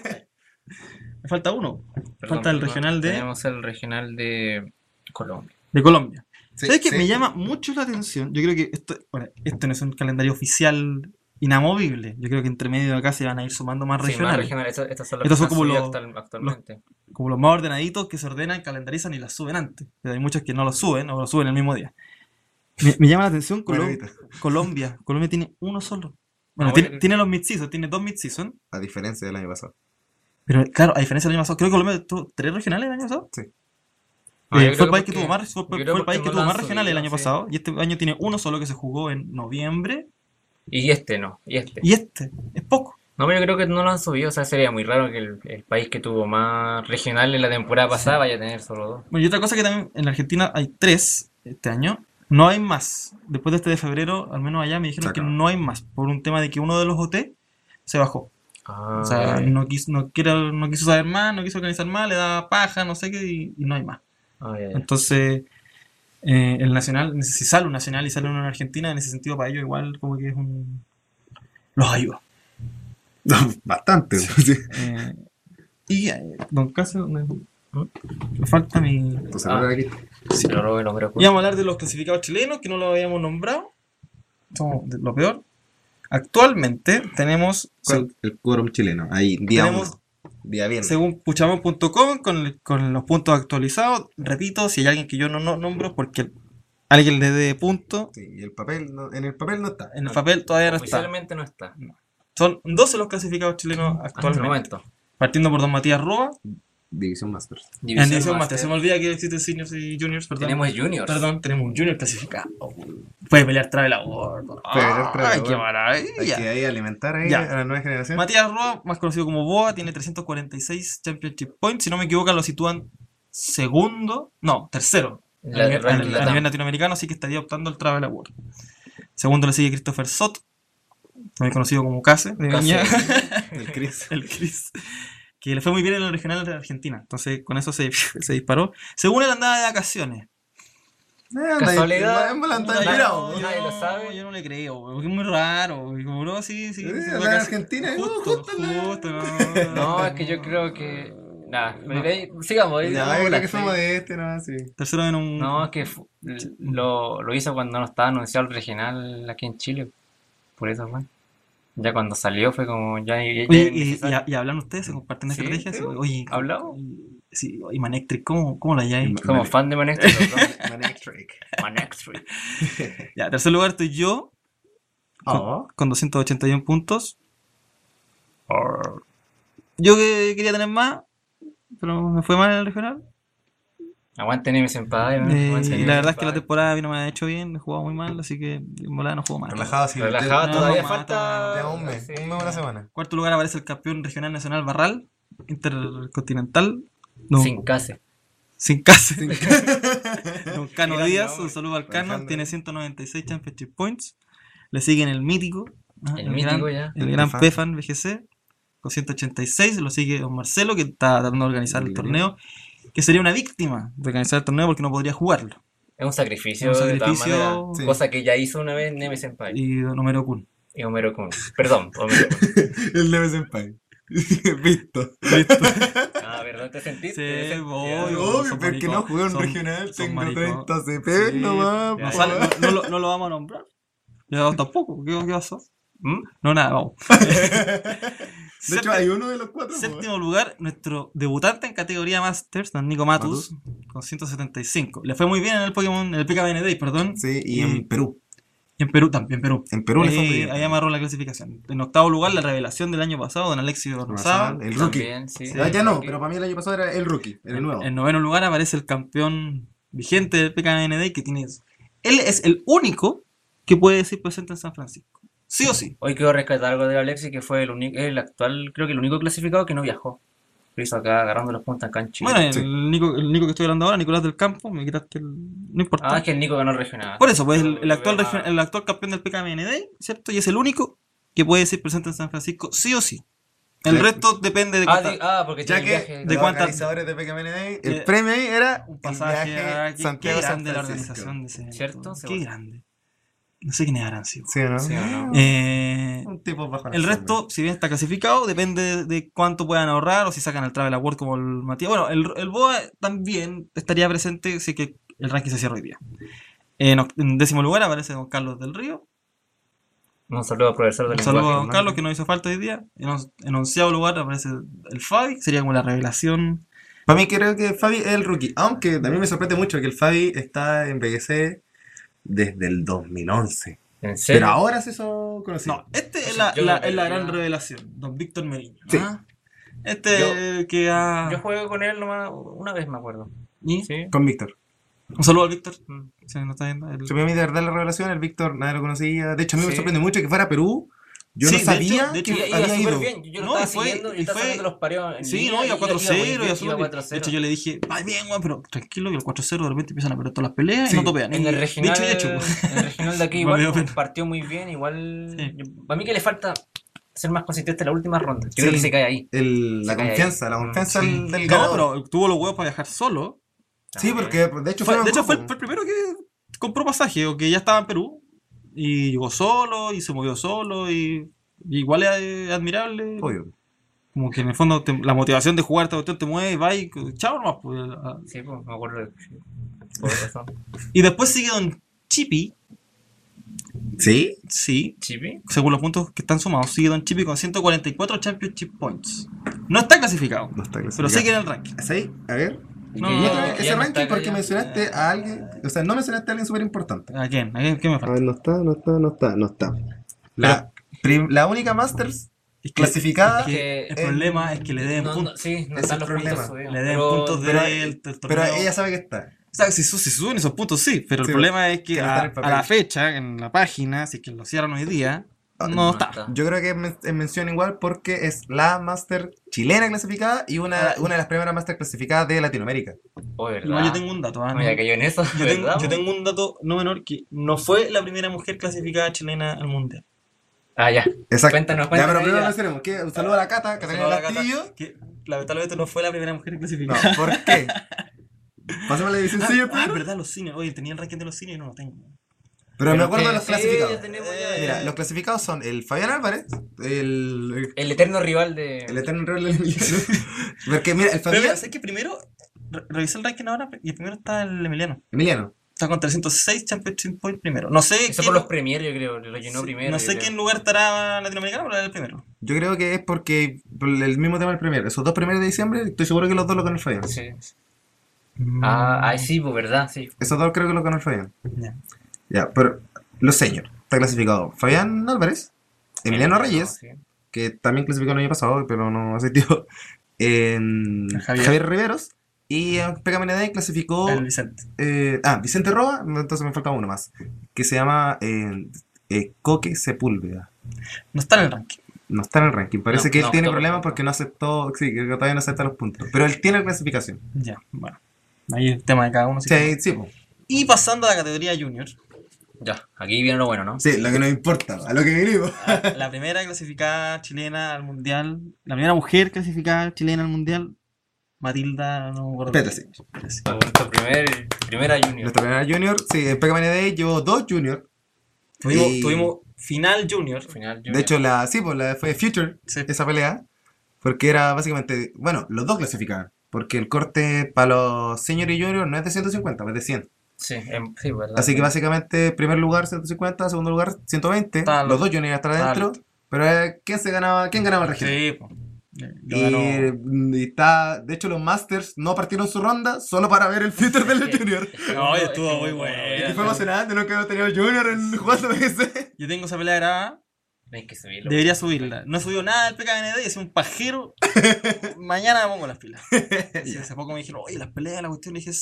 Me falta uno. Falta el regional de Tenemos el regional de Colombia. Colombia. Sí, ¿Sabes qué? sí. Me llama mucho la atención. Yo creo que esto no es un calendario oficial inamovible. Yo creo que entre medio de acá se van a ir sumando más Sí, más regionales. regionales. Estas son las Estos que son como han los- subido actualmente. Como los más ordenaditos que se ordenan, calendarizan y las suben antes. Pero hay muchos que no los suben o los suben el mismo día. Me llama la atención Bueno, Colombia. Colombia tiene uno solo. Bueno, Ah, tiene, bueno. tiene los mid-season, tiene 2 mid-season. A diferencia del año pasado. Pero claro, a diferencia del año pasado, creo que Colombia tuvo 3 regionales el año pasado. Sí. Ah, yo Fue el creo país que porque- tuvo más, fue yo creo el porque país que no tuvo lo más han regionales el subido, año sí. pasado. Y este año tiene uno solo que se jugó en noviembre. Y este no, y este. Y este es poco. No, pero yo creo que no lo han subido, o sea, sería muy raro que el país que tuvo más regional en la temporada pasada vaya a tener solo dos. Bueno, y otra cosa que también en Argentina hay 3 este año. No hay más. Después de este de febrero, al menos allá me dijeron Se que acabó. no hay más. Por un tema de que uno de los OT se bajó. Ah, O sea, ya. no quiso saber más, no quiso organizar más, le da paja, no sé qué, y no hay más. Ah, ya, ya. Entonces, el nacional, si sale un nacional y sale uno en Argentina, en ese sentido para ellos igual como que es un... Los ayuda. Bastante. Sí. Y Don Caso, me falta mi... Entonces, ahora aquí. Se lo robé el hombre oculto. Íbamos a hablar de los clasificados chilenos, que no lo habíamos nombrado. Somos de lo peor. Actualmente tenemos, El quórum chileno. Ahí, día Tenemos- 1. Día viernes. según puchamón.com, con los puntos actualizados. Repito, si hay alguien que yo no nombro, porque alguien le dé punto, Sí, y el papel, en el papel no está. en el papel todavía no está. Oficialmente no está. Son 12 los clasificados chilenos Hasta el actualmente. momento. Partiendo por Don Matías Roa, División Masters. en División Master. Master. Se me olvida que existen seniors y juniors, perdón. Tenemos juniors. Perdón, tenemos un junior clasificado. Puede pelear Travel Award. pelear Travel ¡Ay, Award. qué Hay maravilla! que ahí alimentar ahí Ya. a la nueva generación. Matías Roa, más conocido como Boa, tiene 346 Championship Points. Si no me equivoco, lo sitúan tercero La- a nivel, la- a la- nivel latinoamericano, así que estaría optando al Travel Award. Segundo le sigue Christopher Sot, también conocido como Case, de Case. Viña. El Chris. El Chris. que le fue muy bien en el regional de Argentina. Entonces con eso se disparó. Según él andaba de vacaciones. Casualidad. Nadie lo sabe. Yo no le creo, porque es muy raro. Y como no, sí. En Argentina, justo, no. No, es que yo creo que... Nada, sigamos. Ya, yo creo que somos de ¿no? Sí. Tercero en un... No, es que lo hizo cuando no estaba anunciado el regional aquí en Chile. Por eso fue. Ya cuando salió fue como... Oye, y hablan ustedes, se comparten estrategias. Sí. Oye, ¿Hablamos? Sí, y Manectric, ¿cómo lo halláis? Somos fan de Manectric. Manectric. Ya, tercer lugar estoy yo. Con 281 puntos. Yo que quería tener más, pero me fue mal en el regional. Aguante Nemi Senpai. Y la verdad es que la temporada a mí no me ha hecho bien, he jugado muy mal, así que en volada no juego mal. Relajado, sí. Todavía No, falta... Ya un mes, una semana. Cuarto lugar aparece el campeón regional nacional Barral, intercontinental. No, Sin case. sin casa. Don Cano Gran Díaz, nombre. un saludo al Cano, Alejandro. tiene 196 Championship Points. Le siguen el mítico, El mítico gran, ya. el gran Pefan. Pefan VGC, con 186. Lo sigue Don Marcelo, que está tratando de organizar el Bien. torneo, que sería una víctima de organizar el torneo porque no podría jugarlo. Es un sacrificio, Un de todas sacrificio, maneras. sí. Cosa que ya hizo una vez Nemi Senpai. Y Don Homero Kun. Y Homero Kun. Perdón, Homero Kun. El Neve Senpai. Visto. Ah, ¿verdad? ¿Te sentiste? Sí, ¿Te voy, sentiste? son Obvio, pero que no maricón, jugué un son- regional, son tengo maricón. 30 CP Sí, nomás. ya po. Sale- no lo vamos a nombrar. Yo tampoco. ¿Qué pasó? ¿Mm? No, nada, vamos. De hecho, hay uno de los cuatro. po. Séptimo lugar, nuestro debutante en categoría Masters, don Nico Matus, con 175. Le fue muy bien en el Pokémon, en el PKBN Day, perdón. Sí, y en Perú. Y en Perú también, Perú. En Perú le fue muy bien. Ahí amarró la clasificación. En octavo lugar, la revelación del año pasado, don Alexis Rosado. El rookie. También, sí. Ya no, pero para mí el año pasado era el rookie, el nuevo. En noveno lugar aparece el campeón vigente del PKBN Day, que tiene... Él es el único que puede decir presente en San Francisco. Sí o sí. Hoy quiero rescatar algo de Alexis, que fue el actual, creo que el único clasificado que no viajó. Lo hizo acá agarrando los puntos acá en Chile. Bueno, Sí. el Nico que estoy hablando ahora, Nicolás del Campo, me quitaste el... No importa. Ah, es que el Nico ganó el regional. Por eso, pues el Pero actual, lo veo el actual campeón del PKMN Day, ¿cierto? Y es el único que puede ser presente en San Francisco, sí o sí. El Sí. resto depende de cuánta- Porque Ya tiene que el viaje. de los cuántas- organizadores de PKMN Day, el Eh, premio ahí era un el pasaje viaje qué Santiago-San grande la Francisco. organización de ese evento. ¿Cierto? Sí, Qué bueno. grande. No sé quiénes habrán sido. Sí, ¿no? Sí, ¿o no? Un tipo bajo la El sombra. resto, si bien está clasificado, depende de cuánto puedan ahorrar o si sacan el Travel Award como el Matías. Bueno, el BOA también estaría presente si que el ranking se cierra hoy día. En décimo lugar aparece don Carlos del Río. Un saludo al profesor del Un saludo a lenguaje. don Carlos que nos hizo falta hoy día. En onceavo lugar aparece el Fabi, que sería como la revelación. Para mí creo que Fabi es el rookie, aunque también me sorprende mucho que el Fabi está en BGC desde el 2011. ¿En serio? Pero ahora se hizo conocido. No, este es Sí, la, yo la- creo es la que gran ya- revelación, don Víctor Meriño. Sí. ¿Ah? Este que ha... Yo jugué con él nomás una vez, me acuerdo. ¿Y? Sí. Con Víctor. Un saludo al Víctor. Mm. Si no está viendo. Sí, para mí de verdad la revelación, el Víctor nadie lo conocía. De hecho, a mí me Sí. sorprende mucho que fuera a Perú. Yo Sí, no de sabía hecho- de hecho, que Iba había súper ido. bien, yo lo No, estaba y fue- siguiendo, yo y estaba fue- siguiendo los pareos en Sí, línea, no, iba muy 4-0, bien, iba iba súper bien. 4-0. De hecho, yo le dije, ay, bien, weón, pero tranquilo, que el 4-0 de repente empiezan a perder todas las peleas Sí. y no topean. En Y el regional, dicho y hecho. en el regional de aquí Me igual dio pena. partió muy bien, igual Sí. para mí que le falta ser más consistente en la última ronda. Yo Sí. creo que se cae ahí. La Se cae confianza, ahí. la confianza Sí. del No, ganador. pero tuvo los huevos para viajar solo. Sí, porque de hecho Fue, fue de hecho, fue, grupo. fue el primero que compró pasaje o que ya estaba en Perú. Y llegó solo y se movió solo. Y igual es admirable. Obvio. Como que en el fondo la motivación de jugar esta cuestión te mueve y va y chao nomás. Pues, Sí, pues me acuerdo. Sí. Por razón. Y después sigue Don Chippy. ¿Sí? Sí, ¿Chipi? según los puntos que están sumados, sigue Don Chippy con 144 Championship Points. No está clasificado, No está pero clasificado. sigue en el ranking. ¿Es ahí? A ver. No, Que no, ya- no, que Ese ya no ranking está porque acá. mencionaste a alguien. O sea, no mencionaste a alguien súper importante. ¿A quién? ¿A quién? ¿Qué me A falta? ver, no está. La única Masters Es que- clasificada. es que el en- problema es que le den No, puntos. sí, no Ese están es los el puntos problema. subidos. Le den Pero- puntos pero- del Pero torneo. ella sabe que está. O sea, si suben esos puntos, sí, pero Sí, el problema es que que no está en el a papel. la fecha, en la página, si es que lo cierran hoy día, Ah, no no está. está. Yo creo que es mención igual porque es la Master chilena clasificada y una de las primeras Master clasificadas de Latinoamérica. Oh, ¿verdad? Igual yo tengo un dato. No, ya cayó en eso, ¿verdad? yo tengo un dato no menor que no fue la primera mujer clasificada chilena al mundial. Ah, ya. Exacto. Cuéntanos, Ya, pero cuéntanos primero ya. mencionemos que un saludo a la Cata, Catalina Saludo a la Cata, Castillo. que lamentablemente no fue la primera mujer No, clasificada. ¿por qué? Pasemos a la división senior Ah, primero. verdad, los cines. Oye, tenía el ranking de los cines y no lo tengo. Pero me Pero acuerdo de que- los clasificados. ya tenemos Mira, los clasificados son el Fabián Álvarez, El eterno rival de... el eterno rival del Emiliano. Porque mira, el Pero mira, Fabián. sé que primero, revisé el ranking ahora y primero está el Emiliano. Emiliano. Está con 306 Championship Point primero. No sé Eso por los Premier, yo creo, lo llenó sí, primero. no yo sé creo. qué lugar estará latinoamericano, pero era el primero. Yo creo que es porque por el mismo tema del Premier. Esos dos primeros de diciembre, estoy seguro que los dos lo ganó el Fabián. Sí. Ah, sí, pues verdad, sí. Esos dos creo que lo ganó el Fabián. Ya. Ya, pero los senior. Está clasificado Fabián Álvarez, Emiliano Reyes, Sí. que también clasificó el año pasado, pero no asistió. Javier Riveros. Y PKMND clasificó. El Vicente. Vicente Roa, no, entonces me falta uno más. Que se llama Coque Sepúlveda. No está en el ranking. No está en el ranking. Parece No, que él no, tiene está problemas perfecto. porque no aceptó. Sí, que todavía no acepta los puntos. Pero él tiene clasificación. Ya, bueno. Ahí el tema de cada uno. Sí, sí, po. Y pasando a la categoría junior. Ya, aquí viene lo bueno, ¿no? Sí, lo que nos importa, a lo que vinimos. La primera clasificada chilena al mundial. La primera mujer clasificada chilena al mundial. Matilda, no me acuerdo. Pétase. Pétase. Nuestro primera junior. Nuestra primera junior, sí, en PKMND llevó dos junior. Y- Tuvimos final junior. Final De junior. hecho, la fue Future, Sí. esa pelea. Porque era básicamente, bueno, los dos clasificaban. Porque el corte para los senior y junior no es de 150, es de 100. Sí, sí, verdad. Así que básicamente, primer lugar 150, segundo lugar 120. Está Los dos juniors están está adentro. listo. Pero ¿quién ganaba el regional? Sí, pues. Lo ganó. Y está, de hecho, los Masters no partieron su ronda solo para ver el Future de los Junior. No, estuvo muy bueno. Y que fue emocionante, no que hemos tenido Junior en jugando BGC. Yo tengo esa pelea grabada. Hay que subirlo. Debería subirla. No he subido nada del PKND y soy un pajero. Mañana me pongo las pilas. Y hace poco me dijeron, oye, las peleas, la cuestión. Y dije,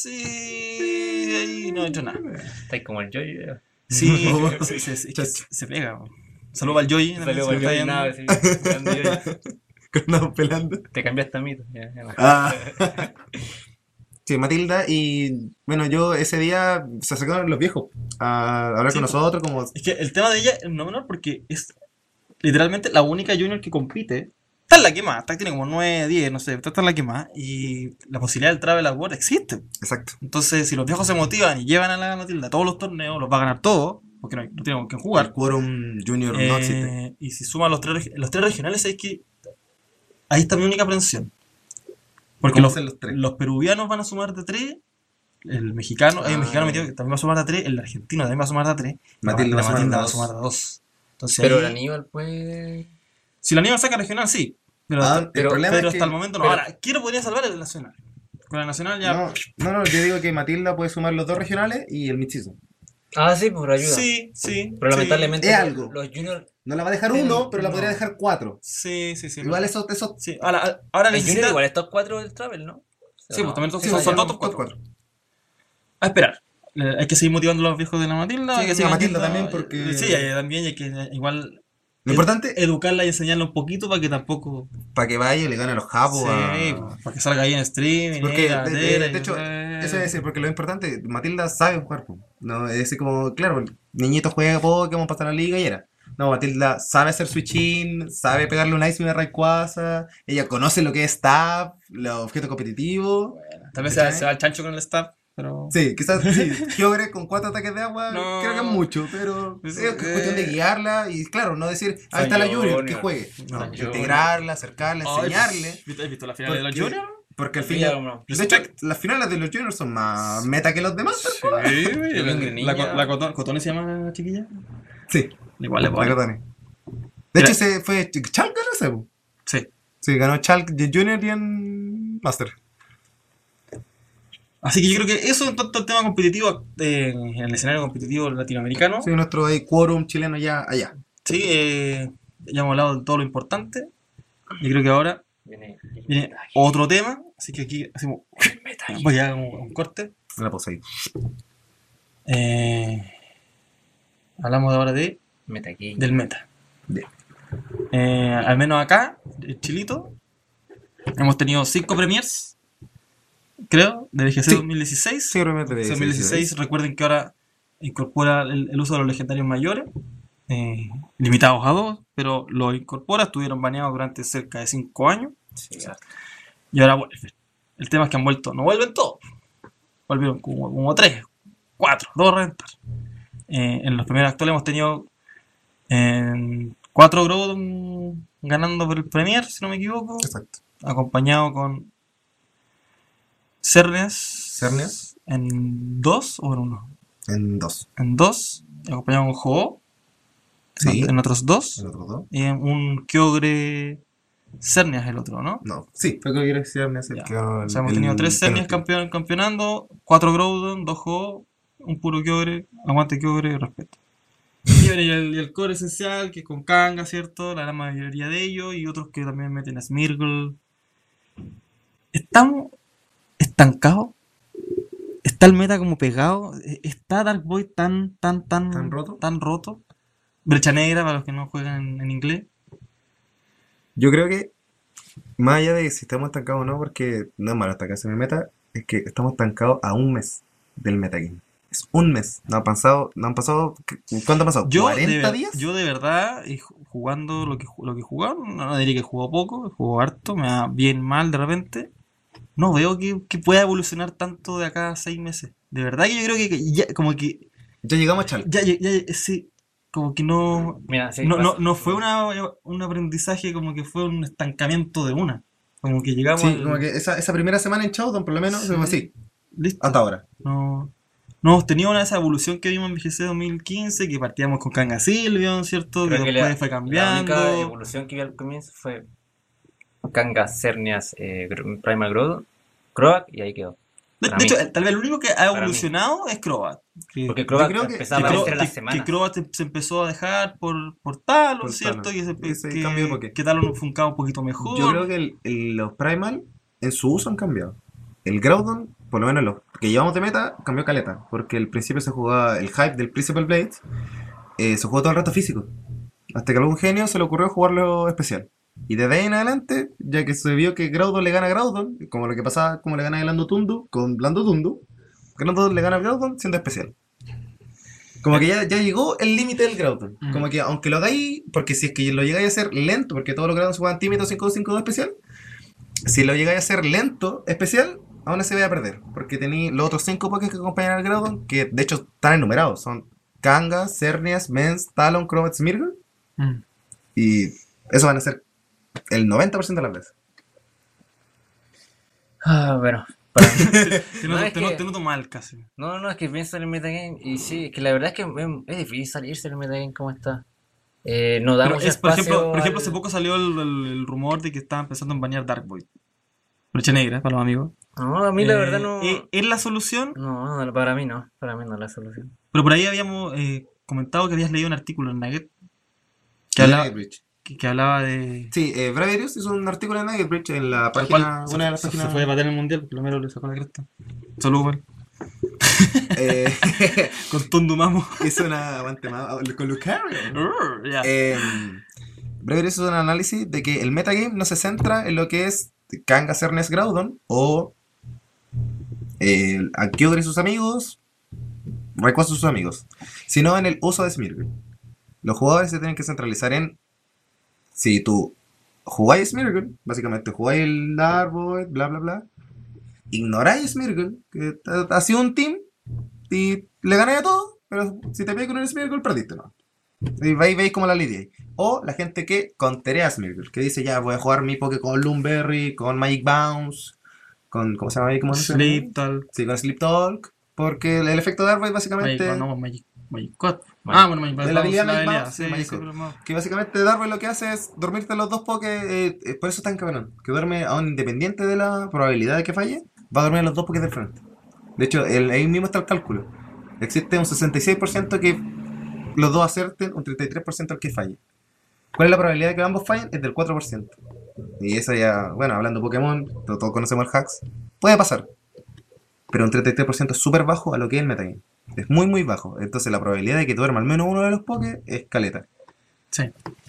sí. Y no he hecho nada. Estáis como el Joy. Sí, No. es que se pega. po. Saludos al Joy. Salió si me el está Joy, viendo. nada, sí. Grande Joy. Que andamos pelando. Te cambiaste a mito. Ya, ya no. Ah. Sí, Matilda. Y bueno, yo ese día se acercaron los viejos a hablar Sí, con po. nosotros. Como, Es que el tema de ella es no menor porque es literalmente la única junior que compite. Está en la que más, tiene como 9, 10, no sé, está en la que más. Y la posibilidad del Travel Award existe. exacto. Entonces, si los viejos se motivan y llevan a la Matilda a todos los torneos, los va a ganar todos, porque no tienen con qué El jugar. quórum Junior no existe. Y si suman los tres regionales, es que ahí está mi única aprensión. Porque ¿Cómo los, hacen los tres? los peruvianos van a sumar de 3, el mexicano, hay un mexicano metido que también va a sumar de 3, el argentino también va a sumar de 3, Matilda la va a sumar Matilda de va a dos. sumar de 2. Entonces, Pero ahí- el Aníbal, pues. si la niña saca regional, sí. Pero, El problema pero es que- hasta el momento no. pero- Ahora, quiero podría salvar el nacional. Con el nacional ya. No, yo digo que Matilda puede sumar los dos regionales y el mestizo. Ah, sí, por ayuda. Sí, sí. Pero sí. lamentablemente Es los- algo. los juniors. No la va a dejar Pero uno, pero la no. podría dejar 4. Sí. Igual eso Sí. Ahora El necesita. junior igual es top 4 del Travel, ¿no? Sí, pues también son Sí, son son todos top top 4. A esperar. Hay que seguir motivando a los viejos de la Matilda. Sí, hay que a seguir Matilda metiendo- también, porque- Sí, también hay que igual Lo importante educarla y enseñarla un poquito para que tampoco. para que vaya y le gane a los japos. Sí, para que salga ahí en stream. y Porque, nega, de tela, y- hecho, eso es decir, porque lo importante, Matilda sabe jugar, po. No, es decir, como, claro, el niñito juega Pokémon, pasa la liga y era. No, Matilda sabe hacer switch-in, sabe pegarle un ice y una Rayquaza, ella conoce lo que es stab, los objetos competitivos. Tal vez ¿Cachai? se va al chancho con el staff, pero. Sí, quizás sí, Kyogre con 4 ataques de agua, No. creo que es mucho, pero Pues, es cuestión de guiarla y, claro, no decir, ahí está la Junior, que juegue. No, San Junior. integrarla, acercarla, enseñarle. ¿Has visto la final de los Porque- Juniors? Porque al Sí, final, no. de hecho, las finales de los Juniors son más meta que los demás. Sí, bien niña. la Cotone se llama la chiquilla. Sí, Igual le la pone. Cotone. De hecho, ese fue Chalk ganó ese. Po. Sí. Sí, ganó Chalk de Junior y en Master. Así que yo creo que eso en tanto el tema competitivo, en el escenario competitivo latinoamericano. Sí, nuestro quórum chileno ya allá. Sí, ya hemos hablado de todo lo importante. Yo creo que ahora viene otro tema. Así que aquí hacemos. Voy a dar un corte. La pausa ahí. Hablamos ahora Metagame. del meta. Bien. Al menos acá, en Chilito, hemos tenido 5 premiers, creo, de BGC Sí. 2016. Sí, realmente de 2016, recuerden que ahora incorpora el uso de los legendarios mayores, limitados a 2, pero lo incorpora, estuvieron baneados durante cerca de 5 años. Sí, ya. y ahora vuelven. El tema es que han vuelto, no vuelven todos. Volvieron como 3, 4, 2 a reventar. En los primeros actuales hemos tenido 4 Groudon ganando por el Premier, si no me equivoco. Exacto. Acompañado con Cernias en 2 o en 1. En 2. En 2, acompañado con Ho-Oh Sí. en otros 2, En otros 2. y en un Kyogre Cernias el otro, ¿no? No. Sí, fue que quiero decirme Ya. O sea, hemos tenido 3 Cernias campeonando, 4 Groudon, 2 Ho-Oh, un puro Kyogre, aguante Kyogre, respeto. Y el core esencial, que es con Kanga, ¿cierto? La gran mayoría de ellos, y otros que también meten a Smeargle. ¿Estamos estancados? ¿Está el meta como pegado? ¿Está Dark Void tan roto? Brecha negra para los que no juegan en inglés. Yo creo que, más allá de si estamos estancados o no, porque no es malo estancarse en el meta, es que estamos estancados a un mes del metagame. Es un mes. No han pasado, ¿cuánto ha pasado? ¿40 días? Yo de verdad, jugando lo que jugaron, no diría que jugó poco, jugó harto, me va bien mal de repente. No veo que pueda evolucionar tanto de acá a 6 meses. De verdad que yo creo que ya, como que... Ya llegamos a Chal. Ya, sí, como que no... Mira, sí, no fue un aprendizaje, como que fue un estancamiento de una. Como que llegamos Sí, como que esa primera semana en Chowdown, por lo menos, fue así. Listo. Hasta ahora. No hemos tenido esa evolución que vimos en VGC 2015, que partíamos con Kanga Sylveon, ¿cierto? Creo que después fue cambiando. La única evolución que vi al comienzo fue Kanga, Cernias, Primal Groudon, Croak, y ahí quedó. De hecho, tal vez el único que ha evolucionado es Crobat. Porque Croak creo que- empezaba a aparecer en las semanas. Que Crobat se empezó a dejar por Talon, Por ¿cierto? Talon. Y Ese cambio de Poké. que Talon funcaba un poquito mejor. Yo creo que los Primal en su uso han cambiado. El Groudon, por lo menos los que llevamos de meta, cambió caleta. Porque al principio se jugaba el hype del Principal Blade, se jugó todo el rato físico. Hasta que a algún genio se le ocurrió jugarlo especial. Y desde ahí en adelante, ya que se vio que Groudon le gana a Groudon, como lo que pasaba, como le gana a Landotundu, con Landotundu, Groudon le gana a Groudon siendo especial. Como que ya llegó el límite del Groudon. Como que aunque lo hagáis, porque si es que lo llegáis a hacer lento, porque todos los Groudon se juegan tímidos 5-5-2 especial, si lo llegáis a hacer lento especial, aún así voy a perder. Porque tenéis los otros 5 Pokés que acompañan al Groudon, que de hecho están enumerados. Son Kanga, Cernias, Mens, Talon, Crobat, Smeargle. Y eso van a ser el 90% de las veces. Bueno, para mí. Te noto mal casi. No, es que pienso en el metagame y sí, es que la verdad es que es difícil salirse del metagame como está. No da Pero mucho por espacio ejemplo, hace poco salió el rumor de que estaban pensando en banear Dark Void. Brecha negra, para los amigos. No, a mí la verdad no... ¿Es la solución? No, para mí no es la solución. Pero por ahí habíamos comentado que habías leído un artículo en Nugget que hablaba de... Sí, Braverius hizo un artículo en Nugget Bridge en la página, una de las páginas. Se fue a bater en el mundial, porque primero le sacó la cresta. Saludos, güey. Con Tundumamo. Hizo una aguante más con Lucario. Ya. Braverius hizo un análisis de que el metagame no se centra en lo que es Kanga, Cernes, Groudon o a Kyogre y sus amigos, Rayquaza y sus amigos, sino en el uso de Smeargle. Los jugadores se tienen que centralizar en si tú jugáis Smeargle, básicamente jugáis el Dark Void, bla bla bla, ignoráis Smeargle, que ha sido un team y le ganáis a todos, pero si te pegas con el Smeargle perdiste, ¿no? Y veis como la lidia. O la gente que conterea Smeargle, que dice ya voy a jugar mi Poké con Lumberry, con Magic Bounce, con ¿cómo se llama? ¿Cómo se llama? Sleep Talk. Sí, con Sleep Talk, porque el efecto de Dark Void básicamente... Magic Quad. Magic de la habilidad Magic Bounce, Bounce, sí, Magic sí, Quad. pero no. Que básicamente Dark Void lo que hace es dormirte los dos Poké, por eso está en cabrón, que duerme aún independiente de la probabilidad de que falle, va a dormir los dos Poké del frente. De hecho, ahí mismo está el cálculo. Existe un 66% que los dos acerten, un 33% el que falle. ¿Cuál es la probabilidad de que ambos fallen? Es del 4%. Y eso ya, bueno, hablando de Pokémon, todos conocemos el hacks, puede pasar. Pero un 33% es súper bajo a lo que es el metagame. Es muy muy bajo. Entonces la probabilidad de que duerma al menos uno de los Poké es caleta. Sí.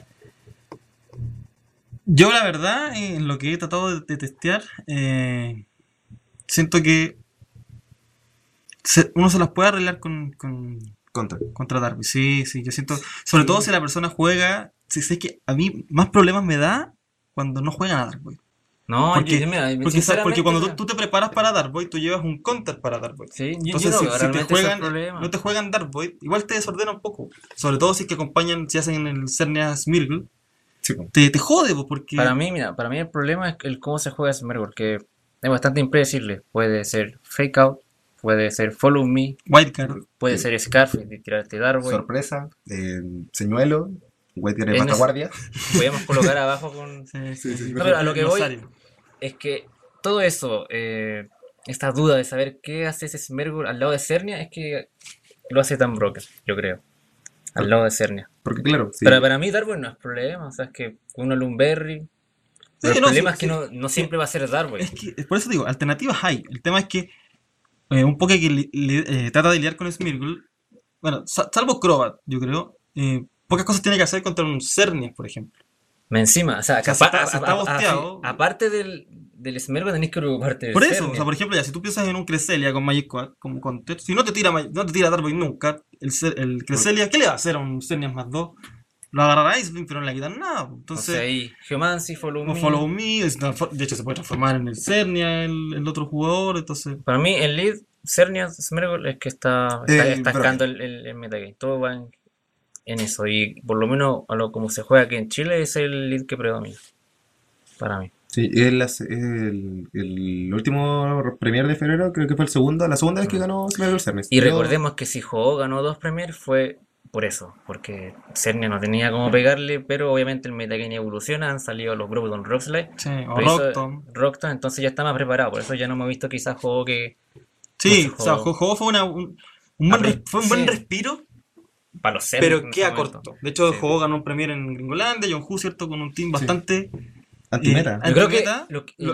Yo la verdad, en lo que he tratado de testear, siento que uno se las puede arreglar contra Darby. Sí, yo siento, sobre todo si la persona juega, si sé que a mí más problemas me da cuando no juegan a Dark Void. No, Porque, mira, porque sinceramente, cuando mira, tú te preparas para Dark Void, tú llevas un counter para Dark Void. sí, yo Entonces, no si, veo si te realmente ese juegan, problema. no te juegan Dark Void, igual te desordena un poco. Sobre todo si es que acompañan, si hacen el Cernia Smirgle, Sí, po. te jode, pues, Para porque. mí, mira, para mí el problema es el cómo se juega Smergol, porque es bastante impredecible. Puede ser Fake Out, puede ser Follow Me, Wildcard. puede ser Scarface de tirarte Darkboy. Sorpresa, señuelo, güey tiene Es neces- pataguardia. Podríamos colocar abajo con... Sí, Sí, sí. No, pero a lo que voy glosario. es que todo eso, esta duda de saber qué hace ese Smergol al lado de Cernia, es que lo hace tan broken, yo creo. Al lado de Cernia. Porque claro, sí. Pero para mí Darkboy no es problema, o sea, es que uno Lumberry. Pero el no, problema sí, es que sí. no siempre va a ser Darkboy. Es que, por eso digo, alternativas hay. El tema es que un Poké que trata de lidiar con Smirgle, bueno, salvo Crobat, yo creo, pocas cosas tiene que hacer contra un Cernias, por ejemplo. Encima, o sea, O sea, si está bosteado. aparte del Smergol tenés que preocuparte del Por eso, Cernia. o sea, por ejemplo, ya si tú piensas en un Cresselia con Magic Quad como counter, si no te tira Darkboy nunca, el Cresselia, ¿qué le va a hacer a un Cernias más 2? Lo agarrará Ice pero no le quitan nada. O sea, Entonces, ahí, Geomancy, Follow Me. Follow Me, de hecho se puede transformar en el Cernia, el otro jugador, entonces. Para mí, el lead, Cernia, Smergol, es que está sacando el metagame. Todo va en eso. Y por lo menos, a lo como se juega aquí en Chile, es el lead que predomina. Para mí. Sí, el último Premier de febrero, creo que fue la segunda vez que ganó Smergol Cernes. Y recordemos que si Ho ganó 2 Premier fue por eso, porque Cernia no tenía cómo pegarle, pero obviamente el metagame evoluciona, han salido los Groudon Rockslide, Sí, o pero hizo Rockton. entonces ya está más preparado, por eso ya no hemos visto quizás juego que Sí, mucho o sea, juego. Jojo fue fue un buen Sí. respiro, Para los Cernia pero en queda ese momento. corto. De hecho, Sí. Jojo ganó un Premier en Gringolandia, John Hu, ¿cierto? Con un team bastante Antimeta. Yo creo que antimeta. lo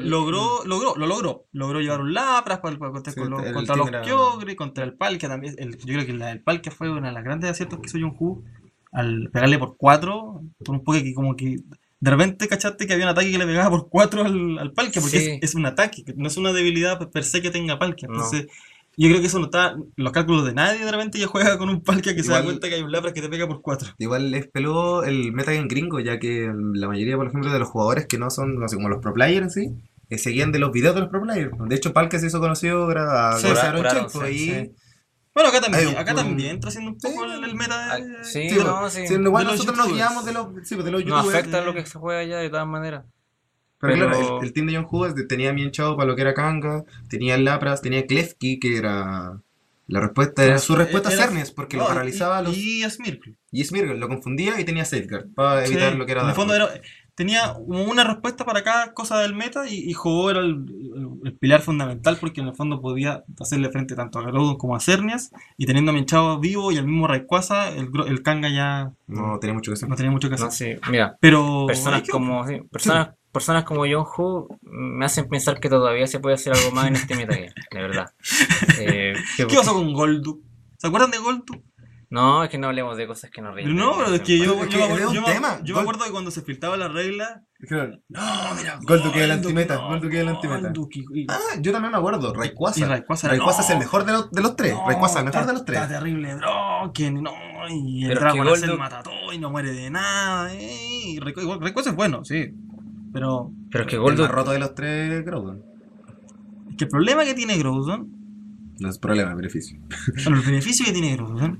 Logró llevar un Lapras para contra Sí, los, el contra team los era- Kyogre, contra el Palkia también. Yo creo que la del Palkia fue una de las grandes aciertos que hizo John Hu al pegarle por 4, por un Poké que como que de repente cachaste que había un ataque que le pegaba por 4 al Palkia, porque Sí. es un ataque, que no es una debilidad per se que tenga Palkia. No. Entonces, yo creo que eso no está en los cálculos de nadie. De repente ya juega con un Palkia que se da Igual- cuenta que hay un Lapras que te pega por 4. Igual les peló el metagame gringo, ya que la mayoría, por ejemplo, de los jugadores que no son, no sé, como los pro players en sí, seguían de los videos de los pro players. De hecho, Palkia se hizo conocido gracias Sí, a por Aaron Aaron, Check, pues, sí, y sí. Bueno, acá también, Hay acá un- también entra haciendo un poco Sí. el meta Ah, de... sí, Sí, no, pues, sí. sí, igual De los nosotros nos youtubers. guiamos de los No youtubers. afecta lo que se juega allá de todas maneras. Pero Pero- claro, el team de John Hu tenía bien chavo para lo que era Kanga, tenía el Lapras, tenía Klefki, que era la respuesta, era su respuesta a Era- Cernes, porque no, lo paralizaba a los... y a Smirgle. Y Smirgle lo confundía y tenía Safeguard para evitar Sí, lo que era en el fondo Darkrai. tenía como una respuesta para cada cosa del meta y Ho era el pilar fundamental porque en el fondo podía hacerle frente tanto a Groudon como a Cernias y teniendo a Minchao vivo y al mismo Rayquaza, el Kanga ya No tenía mucho que hacer. no tenía mucho que hacer. No, sí, mira, Pero personas ahí quedó. como sí, personas como John Hu me hacen pensar que todavía se puede hacer algo más en este metagame, de verdad. ¿Qué pasó con Goldu? ¿Se acuerdan de Goldu? No, es que no hablemos de cosas que no Pero no, pero es que Pero es que es un tema. yo me acuerdo que cuando se filtraba la regla. Dijeron, No, mira, Goldu que es el antimeta, Goldu que es el antimeta. Goldu yo también me acuerdo, y Rayquaza. Rayquaza Rayquaza es el no. mejor de los tres. Rayquaza es el mejor de los tres. Está terrible, Broken, no, y el Pero es Dragon que hace el Goldu- mata todo y no muere de nada, y Rayquaza es bueno, sí, pero Pero es que El Goldu, más roto de los tres, Groudon. es que el problema que tiene Groudon, No es problema, es beneficio. bueno, el beneficio que tiene Groudon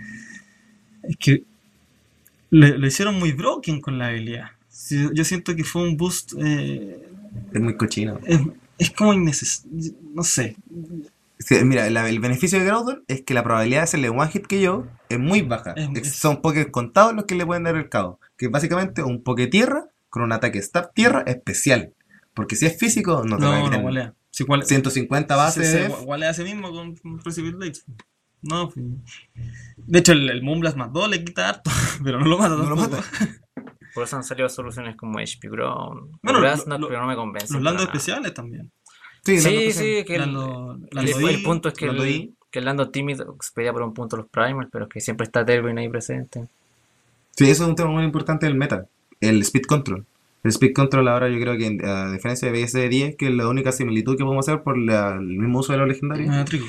es que lo hicieron muy broken con la habilidad. Sí, yo siento que fue un boost, Es muy cochino. es como innecesario, no sé. Es que, mira, el beneficio de Groudon es que la probabilidad de hacerle one hit KO es muy baja. Son pokés contados los que le pueden dar el KO. Que es básicamente un poké tierra con un ataque stab tierra especial. Porque si es físico, no te va a No, quitar no, walea. Si cual- 150 bases. se walea a sí mismo con Precipitate. No, de hecho el Moonblast más 2 le quita harto, pero no lo mata No lo tampoco. mata. por eso han salido soluciones como HP Ground, Bueno, Grassnot, lo- pero no me convence. Los landos para nada. especiales también. Sí, no, Sí, no, sí, que el punto es que Lando I. que el Lando tímido pedía por un punto los primers, pero que siempre está Terwin ahí presente. Sí, eso es un tema muy importante del meta. El speed control. El speed control ahora yo creo que a diferencia de BS10, que es la única similitud que podemos hacer por el mismo uso de los legendarios. Trico.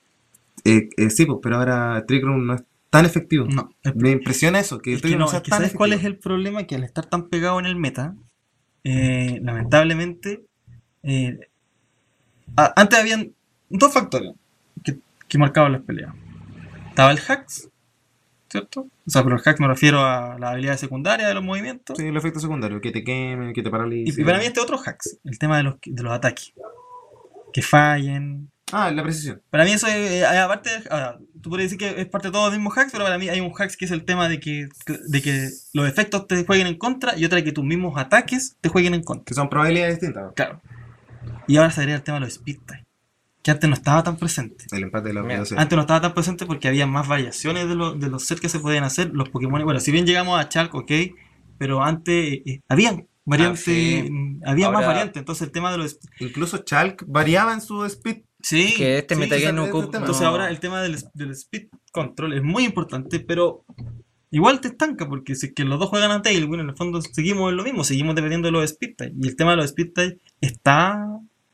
Sí, pues, pero ahora Trick Room no es tan efectivo. No, Me impresiona eso, que es Trick que Room no, no sea es que tan ¿sabes cuál es efectivo. el problema? Que al estar tan pegado en el meta, lamentablemente eh, antes habían dos factores que marcaban las peleas. Estaba el hacks, ¿cierto? O sea, pero el hacks me refiero a las habilidades secundarias de los movimientos. Sí, el efecto secundario, que te queme, que te paralice. Y para mí este otro hacks, el tema de los ataques. Que fallen. Ah, la precisión. Para mí eso es, aparte, tú podrías decir que es parte de todos los mismos hacks, pero para mí hay un hacks que es el tema de que los efectos te jueguen en contra y otra de que tus mismos ataques te jueguen en contra. Que son probabilidades distintas. Claro. Y ahora sería el tema de los speed time, que antes no estaba tan presente. El empate de la Mira, velocidad. Antes no estaba tan presente porque había más variaciones de los sets que se podían hacer. Los Pokémon, bueno, si bien llegamos a Chalk, ok, pero antes habían variantes, sí. había más Ahora- variantes. Entonces el tema de los... Incluso Chalk variaba en su speed. Sí, Que este sí, metagame no ese ocupa. tema. entonces ahora el tema del speed control es muy importante, pero igual te estanca, porque si es que los dos juegan a Tailwind, en el fondo seguimos en lo mismo, seguimos dependiendo de los speed type. Y el tema de los speed type está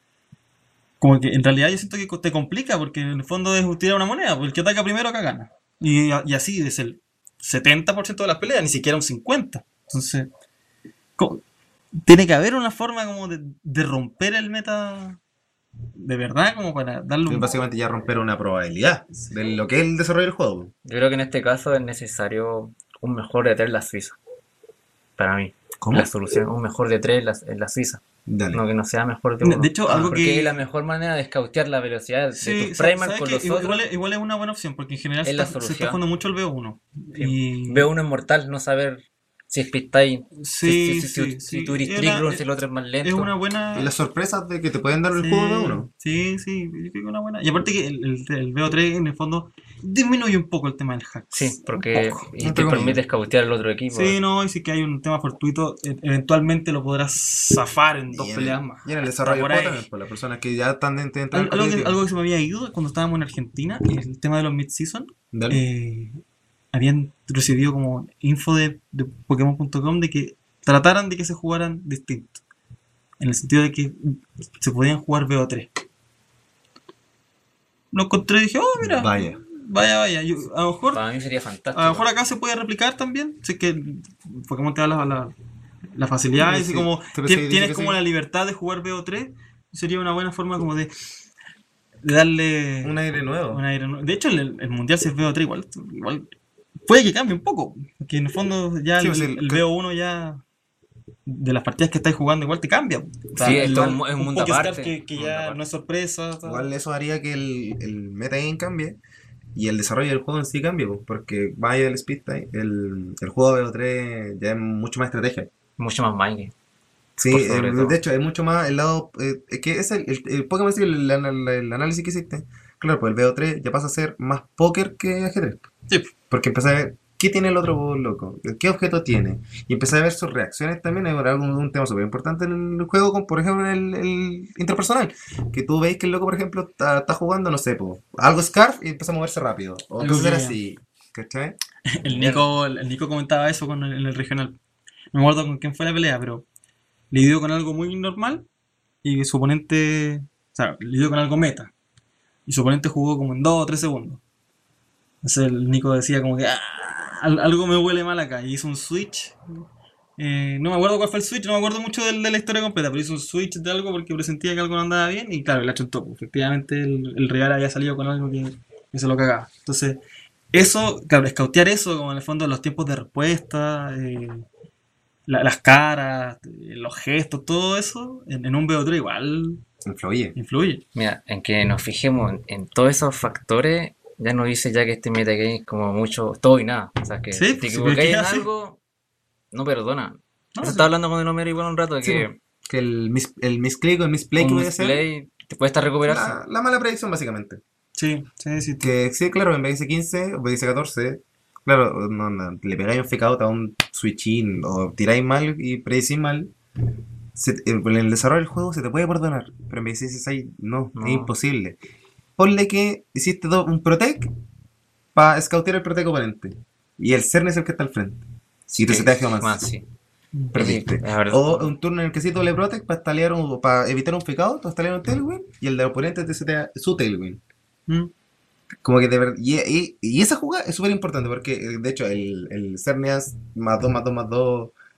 como que en realidad yo siento que te complica, porque en el fondo es tirar una moneda, porque el que ataca primero acá gana. Y así es el 70% de las peleas, ni siquiera un 50%. Entonces, tiene que haber una forma como de romper el meta de verdad, como para darle Es un... básicamente ya romper una probabilidad de lo que es el desarrollo del juego. Yo creo que en este caso es necesario un mejor de 3 en la Suiza. Para mí. ¿Cómo? La solución, un mejor de 3 en la Suiza. Dale. No que no sea mejor de 1. De hecho, algo Porque que... es la mejor manera de escautear la velocidad de Sí, tus primal ¿sabes con qué? los otros. Igual es una buena opción, porque en general Es se la está, se está solución. jugando mucho el BO1. Y... Veo uno inmortal, no saber si es Pitay, Sí, si tú eres Es Trickroom, si el otro es más lento. Es una buena... Y las sorpresas de que te pueden dar el Sí, juego de uno. sí, yo creo que es una buena. Y aparte que el BO3 en el fondo disminuye un poco el tema del hack. Sí, porque Un poco. y te Entre comillas. permite escautear al otro equipo. Sí, no, y si que hay un tema fortuito, eventualmente lo podrás zafar en dos Y en peleas el- más. Y en el Está desarrollo por del ahí. juego también, pues las personas que ya están dentro del Algo competitivo. que se me había ido cuando estábamos en Argentina, el tema de los mid-season, Dale. habían recibido como info de Pokémon.com de que trataran de que se jugaran distinto. En el sentido de que se podían jugar BO3. Lo encontré y dije, oh, mira. Vaya. Vaya. A lo mejor Para mí sería fantástico. A lo mejor acá se puede replicar también. Si es que Pokémon te da la facilidad. Sí, y así sí. como Te pensé que dice tienes que como sí. la libertad de jugar BO3. Sería una buena forma como de darle Un aire nuevo. un aire nuevo. De hecho, el mundial si es BO3 igual puede que cambie un poco. Porque en el fondo ya Sí, el, pues el BO1 ya de las partidas que estáis jugando igual te cambia. O sea, Sí, esto igual es un mundo Pokéstar aparte. que Un mundo ya aparte. no es sorpresa. o sea. Igual eso haría que el metagame cambie y el desarrollo del juego en sí cambie, pues, porque vaya del speed time, el juego de BO3 ya es mucho más estrategia. Mucho más mining. Sí, Por sobre todo. de hecho es mucho más el lado, es que es el Pokémon, sí, el análisis que hiciste, claro, pues el BO3 ya pasa a ser más póker que ajedrez. Sí. Porque empecé a ver qué tiene el otro loco, qué objeto tiene, y empecé a ver sus reacciones también. Es un tema súper importante en el juego, como por ejemplo en el interpersonal, que tú veis que el loco, por ejemplo, está jugando, no sé, algo Scarf y empieza a moverse rápido, o Algo cosas que- así, ¿cachai? El Nico comentaba eso en el regional. No me acuerdo con quién fue la pelea, pero le dio con algo muy normal y su oponente, o sea, le dio con algo meta. Y su oponente jugó como en 2 o 3 segundos. Entonces el Nico decía como que algo me huele mal acá. Y hizo un switch. No me acuerdo cuál fue el switch, no me acuerdo mucho de la historia completa, pero hizo un switch de algo porque presentía que algo no andaba bien y claro, la chuntó. Efectivamente el rival había salido con algo que se lo cagaba. Entonces, eso, claro, escautear eso, como en el fondo los tiempos de respuesta, las caras, los gestos, todo eso, en un BO3 igual Influye. influye. Mira, en que nos fijemos en todos esos factores, ya nos dice ya que este metagame es como mucho todo y nada. O sea, que Sí, si pues, te sí, equivocáis pero es en que ya algo, no perdona. No, Eso sí. estaba hablando con el Homero igual un rato, Sí, que Que el misclick o el misplay que un voy a hacer, misplay te cuesta recuperarse. la mala predicción básicamente. Sí. Que sí, claro, en vez de 15 o vez de 14, claro, no, le pegáis un fake out a un switch-in o tiráis mal y predicís mal, en el desarrollo del juego se te puede perdonar, pero en vez de 16, no, No. es imposible. Ponle que hiciste un protect para scoutear el protect oponente y el CERN es el que está al frente. Y te Que- se te ha más. sí. Perdiste. Es verdad. O un turno en el que sí doble protect para stalear para evitar un fake out, o stalear un tailwind y el de oponente te setea su tailwind. Mm. Como que de verdad. Y esa jugada es súper importante porque, de hecho, el Cernias más 2 más 2 más 2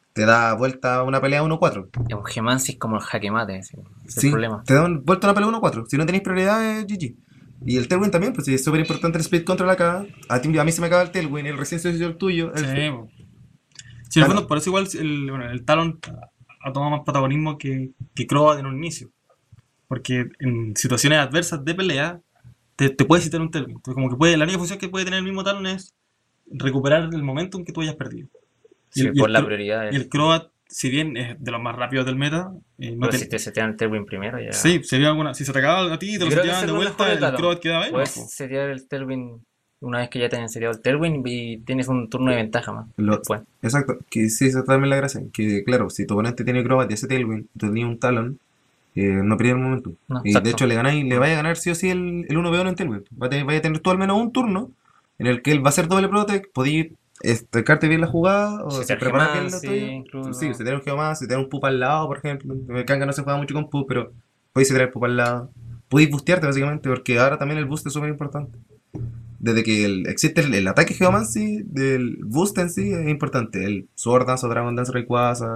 te da vuelta una pelea 1-4. Es un Gemansis como el jaque mate, ese es el Sí, problema. te da vuelta una pelea 1-4. Si no tenéis prioridades, GG. Y el Tailwind también, pues sí, es súper importante el speed control acá. A mí se me acaba el Tailwind, el recién se hizo el tuyo. Sí, El... po. Sí, en el Ah, fondo, no. por eso igual el Talon ha tomado más protagonismo que Crobat en un inicio. Porque en situaciones adversas de pelea, te puede citar un Tailwind. Entonces, como que la única función que puede tener el mismo Talon es recuperar el momentum que tú hayas perdido. Y Sí, el, y por el la Cro- prioridad. y el Crobat, si bien es de los más rápidos del meta, no Pero te- si te setean el Tailwind primero, ya. sí, si se te acababa a ti y te Yo lo creo que seteaban eso de es lo mejor vuelta, de el Talon. Crobat quedaba ahí, Puedes ¿no? setear el Tailwind una vez que ya te hayan seteado el Tailwind y tienes un turno de ventaja más Lo- después. Exacto, que sí, esa es también la gracia. Que claro, si tu oponente tiene Crobat y ese Tailwind, tú tenías un Talon, no pierde el momento. No, Y de exacto. hecho le vaya a ganar sí o sí el 1v1 en Tailwind. Vaya a tener tú al menos un turno en el que él va a hacer doble protect, podí estrecarte bien la jugada, o Setear preparar bien lo Gemansis, tuyo. incluso. Sí, si tener un Geomas, si tener un Pupa al lado, por ejemplo. El Kanga no se juega mucho con Pup, pero podéis tener el Pupa al lado. Podéis boostearte básicamente, porque ahora también el boost es súper importante. Desde que existe el ataque Geomancy, del boost en sí es importante. El Sword Dance o Dragon Dance Rayquaza.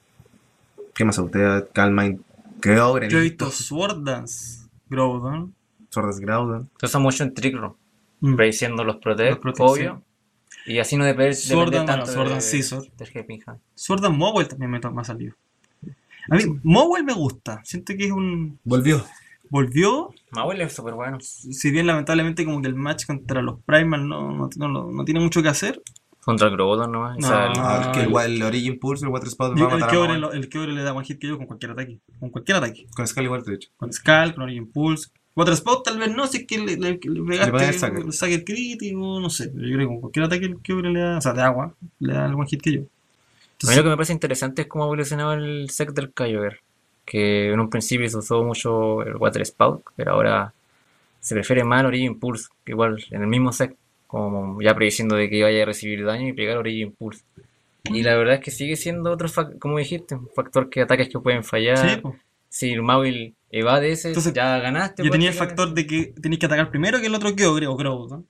¿Qué más usted? Calm Mind. Kyogre, Yo he listo. visto Sword Dance, Groudon. Sword Dance Groudon. Se usa mucho en Trick Room, Mm. prediciendo los Los Protect, Protect, obvio. Y así no depende Sword Dance, tanto Sword Dance Scizor. del Helping Hand. Sword Dance Mobile también me ha salido. A mí, Mobile me gusta. Siento que es un. Volvió. Volvió. Mawile es súper bueno. Si bien lamentablemente como que el match contra los Primal no tiene mucho que hacer. Contra el Groudon nomás. No, O sea, El Origin Pulse, el Water Spout va a El matar a Kyogre, Mawile. el Kyogre le da one hit que yo con cualquier ataque. Con cualquier ataque. Con Skull igual, de hecho. Con Skull, con Origin Pulse. Water Spout tal vez no, si es que le pones el pegaste saque. el saque crítico, no sé. Pero yo creo que con cualquier ataque el Kyogre le da, o sea, de agua, le da el one hit que yo. a mí Entonces, lo que me parece interesante es cómo ha evolucionado el set del Kyogre. Que en un principio se usó mucho el Water Spout, pero ahora se prefiere más el Origin Pulse, que igual en el mismo set, como ya prediciendo de que vaya a recibir daño y pegar Origin Pulse. Y la verdad es que sigue siendo otro factor, como dijiste, un factor que ataques que pueden sí, fallar. pues. Si el Mawile evade ese, Entonces, ya ganaste. Yo tenía el prácticamente. factor de que tenéis que atacar primero que el otro Kyogre o Groudon.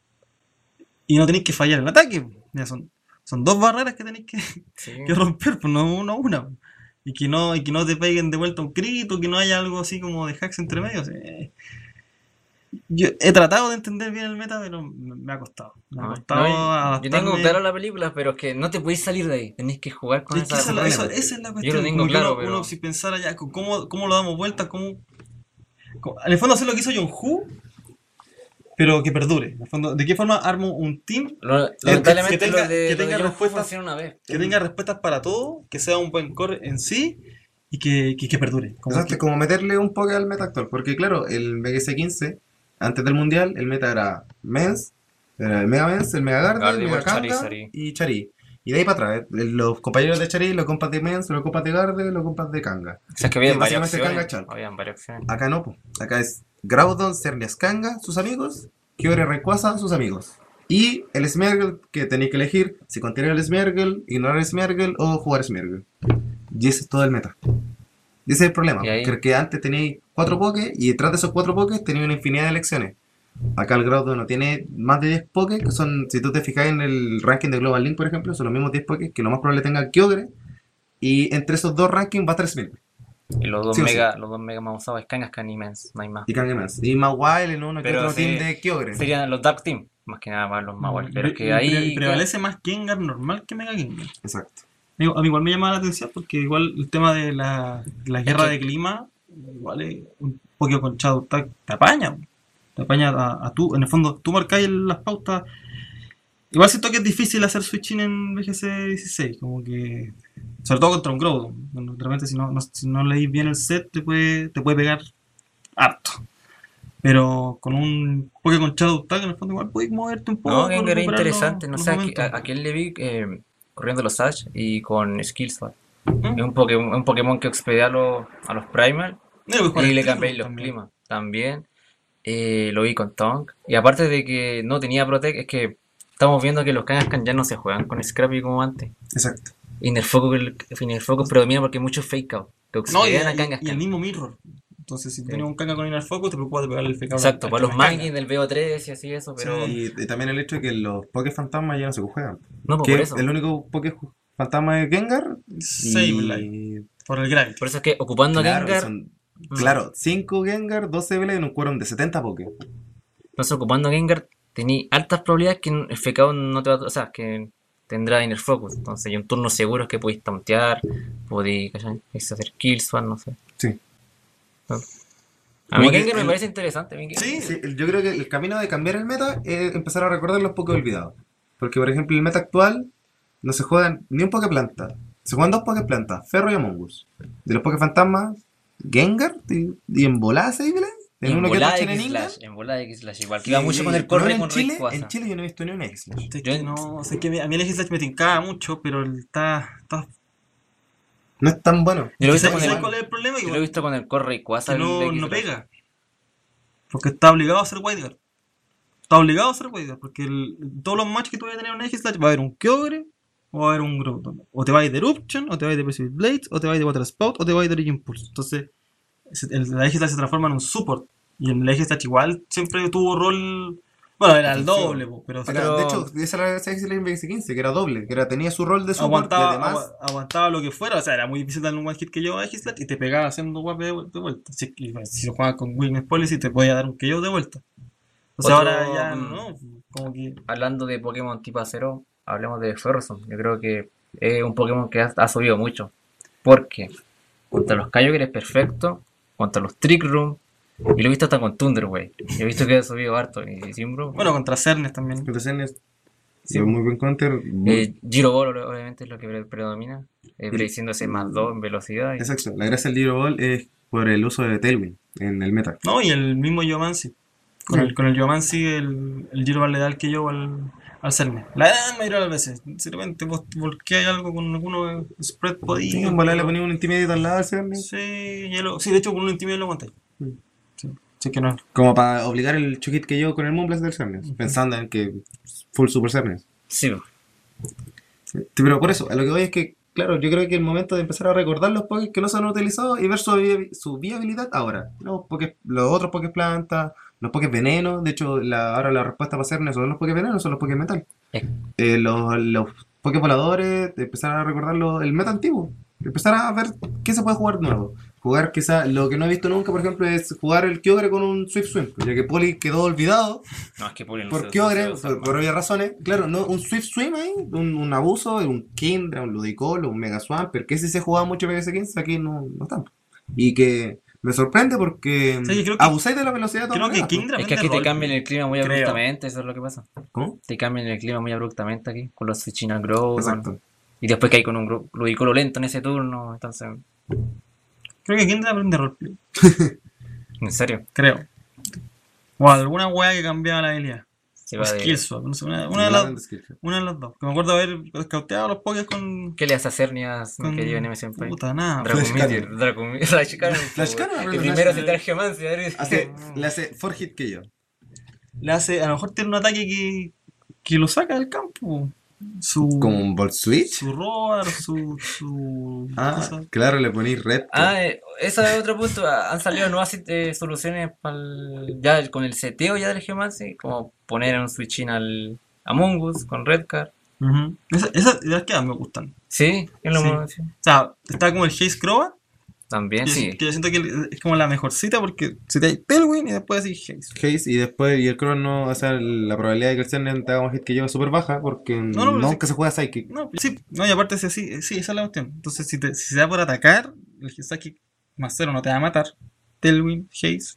Y no tenéis que fallar el ataque. Ya son dos barreras que tenéis Sí. que romper, pues no una. Y que no te peguen de vuelta un crito, que no haya algo así como de hacks entre medio. O sea, yo he tratado de entender bien el meta, pero me ha costado. Me ha No, costado yo tengo adaptarme. claro la película, pero es que no te podéis salir de ahí. Tenéis que jugar con Es que esa. esa es la Yo cuestión. lo tengo Como que claro, uno, pero. uno si pensara ya cómo lo damos vuelta, en el fondo hacer lo que hizo John Woo, pero que perdure. En el fondo, ¿de qué forma armo un team Lamentablemente que tenga- lo de que tenga John Woo respuestas- funciona una vez. que tenga respuestas para todo, que sea un buen core en sí y que perdure? Como Exacto, que- es como meterle un poco al meta actual. Porque claro, el MGS15, antes del mundial, el meta era Mens, era el Mega Mens, el Mega Garde, el Gardevoir, Mega Kanga Charizard y Chari. Y de ahí para atrás, los compañeros de Chari, los compas de Mens, los compas de Garde, los compas de Kanga. O sea, es que había Sí, varias básicamente Kanga opciones. Chalk. Habían varias opciones. Acá no, po. Acá es Groudon, Cernias Kanga, sus amigos, Kyogre Rayquaza, sus amigos. Y el Smeargle, que tenéis que elegir si contiene el Smeargle, ignorar el Smeargle o jugar Smeargle. Y ese es todo el meta. Y ese es el problema, Y ahí- que antes tenéis 4 Pokés y detrás de esos 4 Pokés tenéis una infinidad de elecciones. Acá el Groudon no tiene más de 10 Pokés, que son, si tú te fijas en el ranking de Global Link, por ejemplo, son los mismos 10 Pokés que lo más probable tenga Kyogre. Y entre esos dos rankings va a estar Smeargle Y los dos Sí o sí. mega más usados es Kangaskhan y Mens, no hay más. y Kangaskhan. Y Mawile en uno que Pero otro sí, team de Kyogre. Serían los Dark Team, más que nada para los Mawile. Pero es que y ahí. prevalece más Gengar normal que Mega Gengar. Exacto. A mí igual me llama la atención porque igual el tema de la guerra que- de clima, igual es un poquito con Shadow Tag, te apaña. Te apaña a tú. En el fondo, tú marcáis las pautas. Igual siento que es difícil hacer switching en BGC 16. Como que. Sobre todo contra un Groudon. Bueno, realmente si no leís bien el set, te puede pegar harto. Pero con un Poké con Shadow Tag, en el fondo, igual puedes moverte un poco. No, Gengar es recuperar interesante. No los sé, momentos. a quién le vi corriendo los Sash y con Skillsword. ¿Mm? Es un Pokémon que expedia a los Primal No, puedes jugar y el le Trico cambié los también. climas. También lo vi con Tonk. Y aparte de que no tenía Protect, es que estamos viendo que los Kangaskhan ya no se juegan con Scrappy como antes. Exacto. Inner Focus predomina porque hay muchos fake out. Que No, oxidan a y el Kangaskhan. mismo Mirror. Entonces, si Sí. tienes un Kanga con Inner Focus, te preocupas de pegarle el fake out Exacto, al para los Kanga. Magnis del BO3 y así eso, pero Y también el hecho de que los Pokés fantasmas ya no se juegan. no, pues Que por eso. el único Poké fantasma de Gengar. Sableye, por el Gravity. Por eso es que ocupando a Claro, Gengar, son- claro, 5 Gengar, 2 Sableye en un quórum de 70 Poké. entonces ocupando a Gengar, tení altas probabilidades que el FK no te va a... O sea, que tendrá Inner Focus. Entonces hay un turno seguro que podéis tauntear, podéis, ¿cachai? Podéis hacer Killsword, no sé. Sí. A mí Como que Gengar me el- parece interesante. a mí Gengar. Sí, Sí, yo creo que el camino de cambiar el meta es empezar a recordar los Poké olvidados. Porque, por ejemplo, el meta actual no se juegan ni un Poké planta. Se juegan 2 Poké plantas, Ferro y Amongus. De los Poké fantasmas, Gengar y en volada Sableye. En uno que otro Cheneninga. En volada X-Slash, igual que iba mucho con el No, corre en con Chile, Rayquaza. en Chile yo no he visto ni un X-Slash. Es Yo que en- no, sé que a mí el X-Slash me tincaba mucho, pero está No es tan bueno. Yo lo he visto ¿Sabes con sabes el, cuál es el problema? yo lo he visto con el corre y Quasa. Que no pega. Porque está obligado a hacer Wideguard. Está obligado a hacer Wideguard. Porque todos los matches que tú vayas a tener en X-Slash va a haber un Kyogre o va a haber un Groudon. O te va a ir de Eruption, o te va a ir de Precipice Blades, o te va a ir de Water Spout, o te va a ir de Origin Pulse. Entonces, la X-Slash se transforma en un support. Y en la X-Slash igual siempre tuvo rol. Bueno, era el doble, pero De hecho, esa era la X-Slash en BX15, que era doble. Que era, tenía su rol de support y además... aguantaba lo que fuera. O sea, era muy difícil darle un one hit que yo a X-Slash y te pegaba haciendo guap de vuelta. Si lo jugabas con Weakness Policy, te podía dar un KO de vuelta. O sea, Otro, ahora ya no. Como que. Hablando de Pokémon tipo acero, hablemos de Ferroson. Yo creo que es un Pokémon que ha subido mucho. Porque contra los Kyogre es perfecto, contra los Trick Room, y lo he visto hasta con Thunderwave. He visto que ha subido harto. Y Simbro, Bueno, contra Cernes también. Entonces, Sí. muy buen counter. Giro Ball obviamente es lo que predomina, prediciendo ese más 2 en velocidad. Exacto. La gracia del Giro Ball es por el uso de Tailwind en el meta. No, y el mismo Geomancy. Con el Geomancy, el Giro Ball le da el que yo al Cernes. La gran mayoría de las veces. Si de repente vos volqueáis algo con alguno spread podía. Sí, en volar le ponía un Intimidate al lado, ¿sí? Sí, de hecho con un Intimidate lo aguantáis. Sí que no. Como para obligar el Chukit que yo con el Moonblast del Cernes, pensando en que full Super Cernes. Sí, Sí, pero por eso, a lo que voy es que, claro, yo creo que el momento de empezar a recordar los Pokés que no se han utilizado y ver su viabilidad ahora. Los otros Pokés plantas, los Pokés veneno, de hecho, ahora la respuesta para Cernes son los Pokés veneno, son los Pokés metal. Los Pokés voladores, de empezar a recordar el meta antiguo, de empezar a ver qué se puede jugar nuevo. Jugar quizá, lo que no he visto nunca, por ejemplo, es jugar el Kyogre con un Swift Swim, ya que Poli quedó olvidado no, es que por por Kyogre, por obvias razones. Claro, no, un Swift Swim ahí, un abuso, un Kindra, un Ludicolo, un Mega Swampert, pero que si se jugaba mucho PVS15, aquí no tanto. Y que me sorprende porque Sí, creo que- abusáis de la velocidad de todas Creo que maneras, pues. Kingdra Es que vende aquí te rol, cambian el clima muy creo. abruptamente, eso es lo que pasa. ¿Cómo? Te cambian el clima muy abruptamente aquí, con los China Grow. Exacto. Y después que hay con un Ludicolo lento en ese turno, entonces, Creo que Kingdra vende roleplay. en serio, Creo. O alguna wea que cambiaba la habilidad. se O va de... Skillswap, no sé, una de Una las dos. Que me acuerdo haber scouteado los Pokés con. ¿Qué le hace a Cernias, mi con querido NM Senpai? puta, nada. Dragon Flash Meteor, Cannon. Dragon Meteor, Flash Cannon. Flash Cannon, Y Flash primero Cannon. se trae Geomancy, a ver. Le hace 4 hit que yo. Le hace, a lo mejor tiene un ataque que lo saca del campo. Como un Volt Switch. Su roar, su cosa. Claro, le ponéis red. Eso es otro punto. Han salido nuevas soluciones ya con el seteo ya del Geomancy, como poner un switch in al Among Us con Redcard. Ujú. Esas ideas que me gustan. Sí, es lo Sí. más. Sí. O sea, está como el Haze Crobat. También, sí. Que yo siento que es como la mejorcita porque si te hay Tailwind y después así Haze. Haze y después, y el Crow no, o sea, la probabilidad de que el Cernen te haga un hit que yo es súper baja porque No, pero nunca sí. se juega Psychic. No, sí, no, y aparte sí, esa es la cuestión. Entonces, si se da por atacar, el Hisaki más 0 no te va a matar. Tailwind, Haze.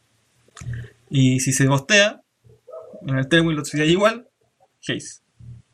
Y si se bostea, en el Tailwind lo sería igual, Haze.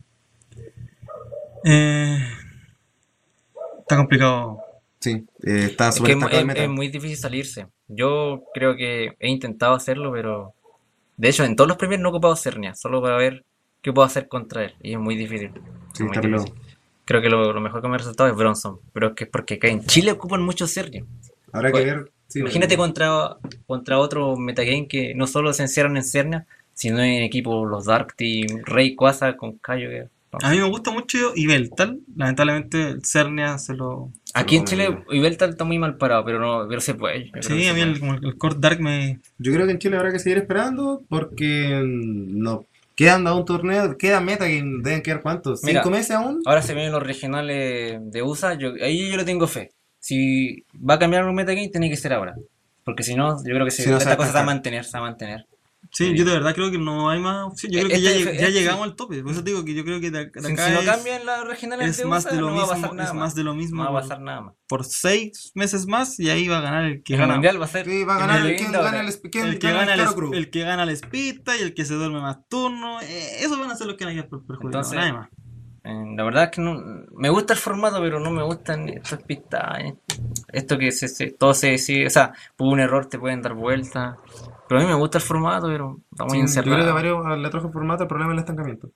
Está complicado. Sí, está Es súper que destacado el meta. es muy difícil salirse. Yo creo que he intentado hacerlo, pero de hecho en todos los premios no he ocupado Cernia, solo para ver qué puedo hacer contra él. Y es muy difícil. Sí, muy está difícil. pelado. Creo que lo mejor que me ha resultado es Bronson, pero es que es porque acá en Chile ocupan mucho Cernia. Habrá que Pues, ver. Sí, Imagínate contra otro metagame que no solo se encierran en Cernia, sino en equipos los Dark Team, Rey Quasar con Kyogre. A mí me gusta mucho Ibeltal. Lamentablemente el Cernia se lo. Aquí en lo Chile comen. Ibeltal está muy mal parado, pero se puede. Yo creo Sí, que se a mí puede. como el Core Dark me. Yo creo que en Chile habrá que seguir esperando porque no Quedan a un torneo, queda Metagame, deben quedar ¿cuántos? Mira, ¿5 meses aún? Ahora se vienen los regionales de USA, ahí yo le tengo fe. Si va a cambiar un metagame, tiene que ser ahora. Porque si no, yo creo que Si no, se va esta a cosa se va a estancar. mantener, se va a mantener. Sí, yo de verdad creo que no hay más opción. Yo creo que ya llegamos al tope. Por eso te digo que yo creo que de acá Si no cambian las regionales es de más USA, de lo no va a mismo, pasar nada es más. más de lo mismo No va a pasar nada más. por 6 meses más y ahí va a ganar el que El gana. mundial va a ser Sí, va a el ganar de quien leyenda gana ahora. El que gana gana Claro Cruz. el que gana la espita y el que se duerme más turno. Esos van a ser los que van a quedar perjudicados. Entonces, Nada más. La verdad es que no, me gusta el formato, pero no me gustan estas pistas. Esto que todo se decide, o sea, por un error te pueden dar vuelta. Pero a mí me gusta el formato, pero está muy Sí, yo creo que encerrado. a varios le trajo el formato, el problema es el estancamiento.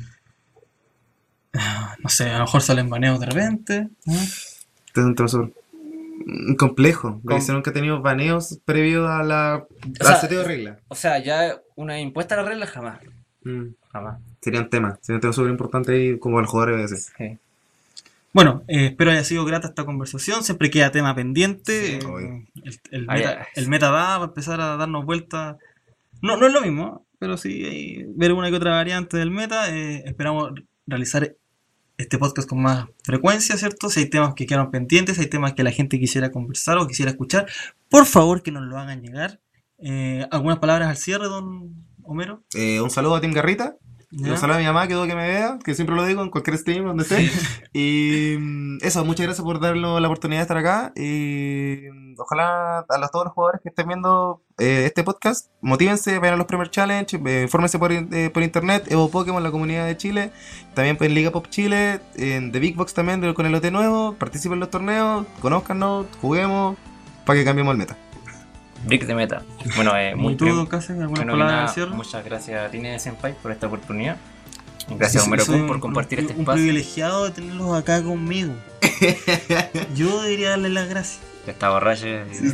No sé, a lo mejor salen baneos de repente. Este es un tema súper complejo. Com- Se nunca ha tenido baneos previos a O al sea, seteo de reglas. O sea, ya una impuesta a la regla jamás. Jamás. Sería un tema súper importante ahí como el jugador debe ser. Sí. Bueno, espero haya sido grata esta conversación. Siempre queda tema pendiente. Sí, obvio. El meta da para empezar a darnos vueltas. No es lo mismo, pero sí ver una que otra variante del meta. Esperamos realizar este podcast con más frecuencia, ¿cierto? Si hay temas que quedaron pendientes, si hay temas que la gente quisiera conversar o quisiera escuchar, por favor que nos lo hagan llegar. ¿Algunas palabras al cierre, don Homero? Un saludo a Tim Garrita. ¿Ya? Un saludo a mi mamá, que dudo que me vea, que siempre lo digo en cualquier stream, donde esté. Y eso, muchas gracias por darnos la oportunidad de estar acá. Y ojalá todos los jugadores que estén viendo este podcast, motívense, vayan a los Premier Challenge, infórmense por internet, Evo Pokémon, la comunidad de Chile, también en Liga Pop Chile, en The Big Box también, con el OT nuevo, participen en los torneos, conózcanos, juguemos, para que cambiemos el meta. Brick de meta. Bueno, ¿Y tú, don Cáceres, algunas bueno, palabras nada, al cierre? muchas gracias a Tine Senpai por esta oportunidad. Y gracias a Homero Soy Kun por compartir este un espacio. privilegiado de tenerlos acá conmigo. Yo debería darle las gracias. Ya está borracho.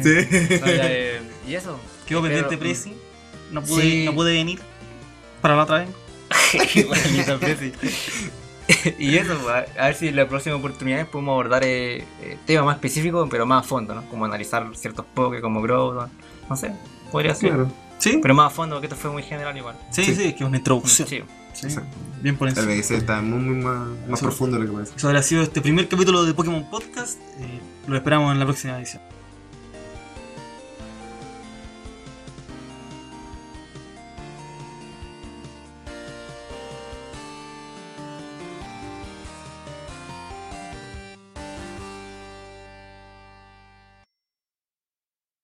Y eso. Quedó pendiente Prezi. No pude, Sí. no pude venir para la otra vez. Igualito, Prezi. Y eso, a ver si en la próxima oportunidad podemos abordar temas más específicos, pero más a fondo, ¿no? Como analizar ciertos Poké, como Groudon, no sé, podría ser. Claro. ¿Sí? Pero más a fondo, porque esto fue muy general igual. Sí, que es una introducción. Sí. Sí, bien por El encima. BGC está muy más Sí. profundo de lo que parece. Eso habrá sido este primer capítulo de Pokémon Podcast. Lo esperamos en la próxima edición.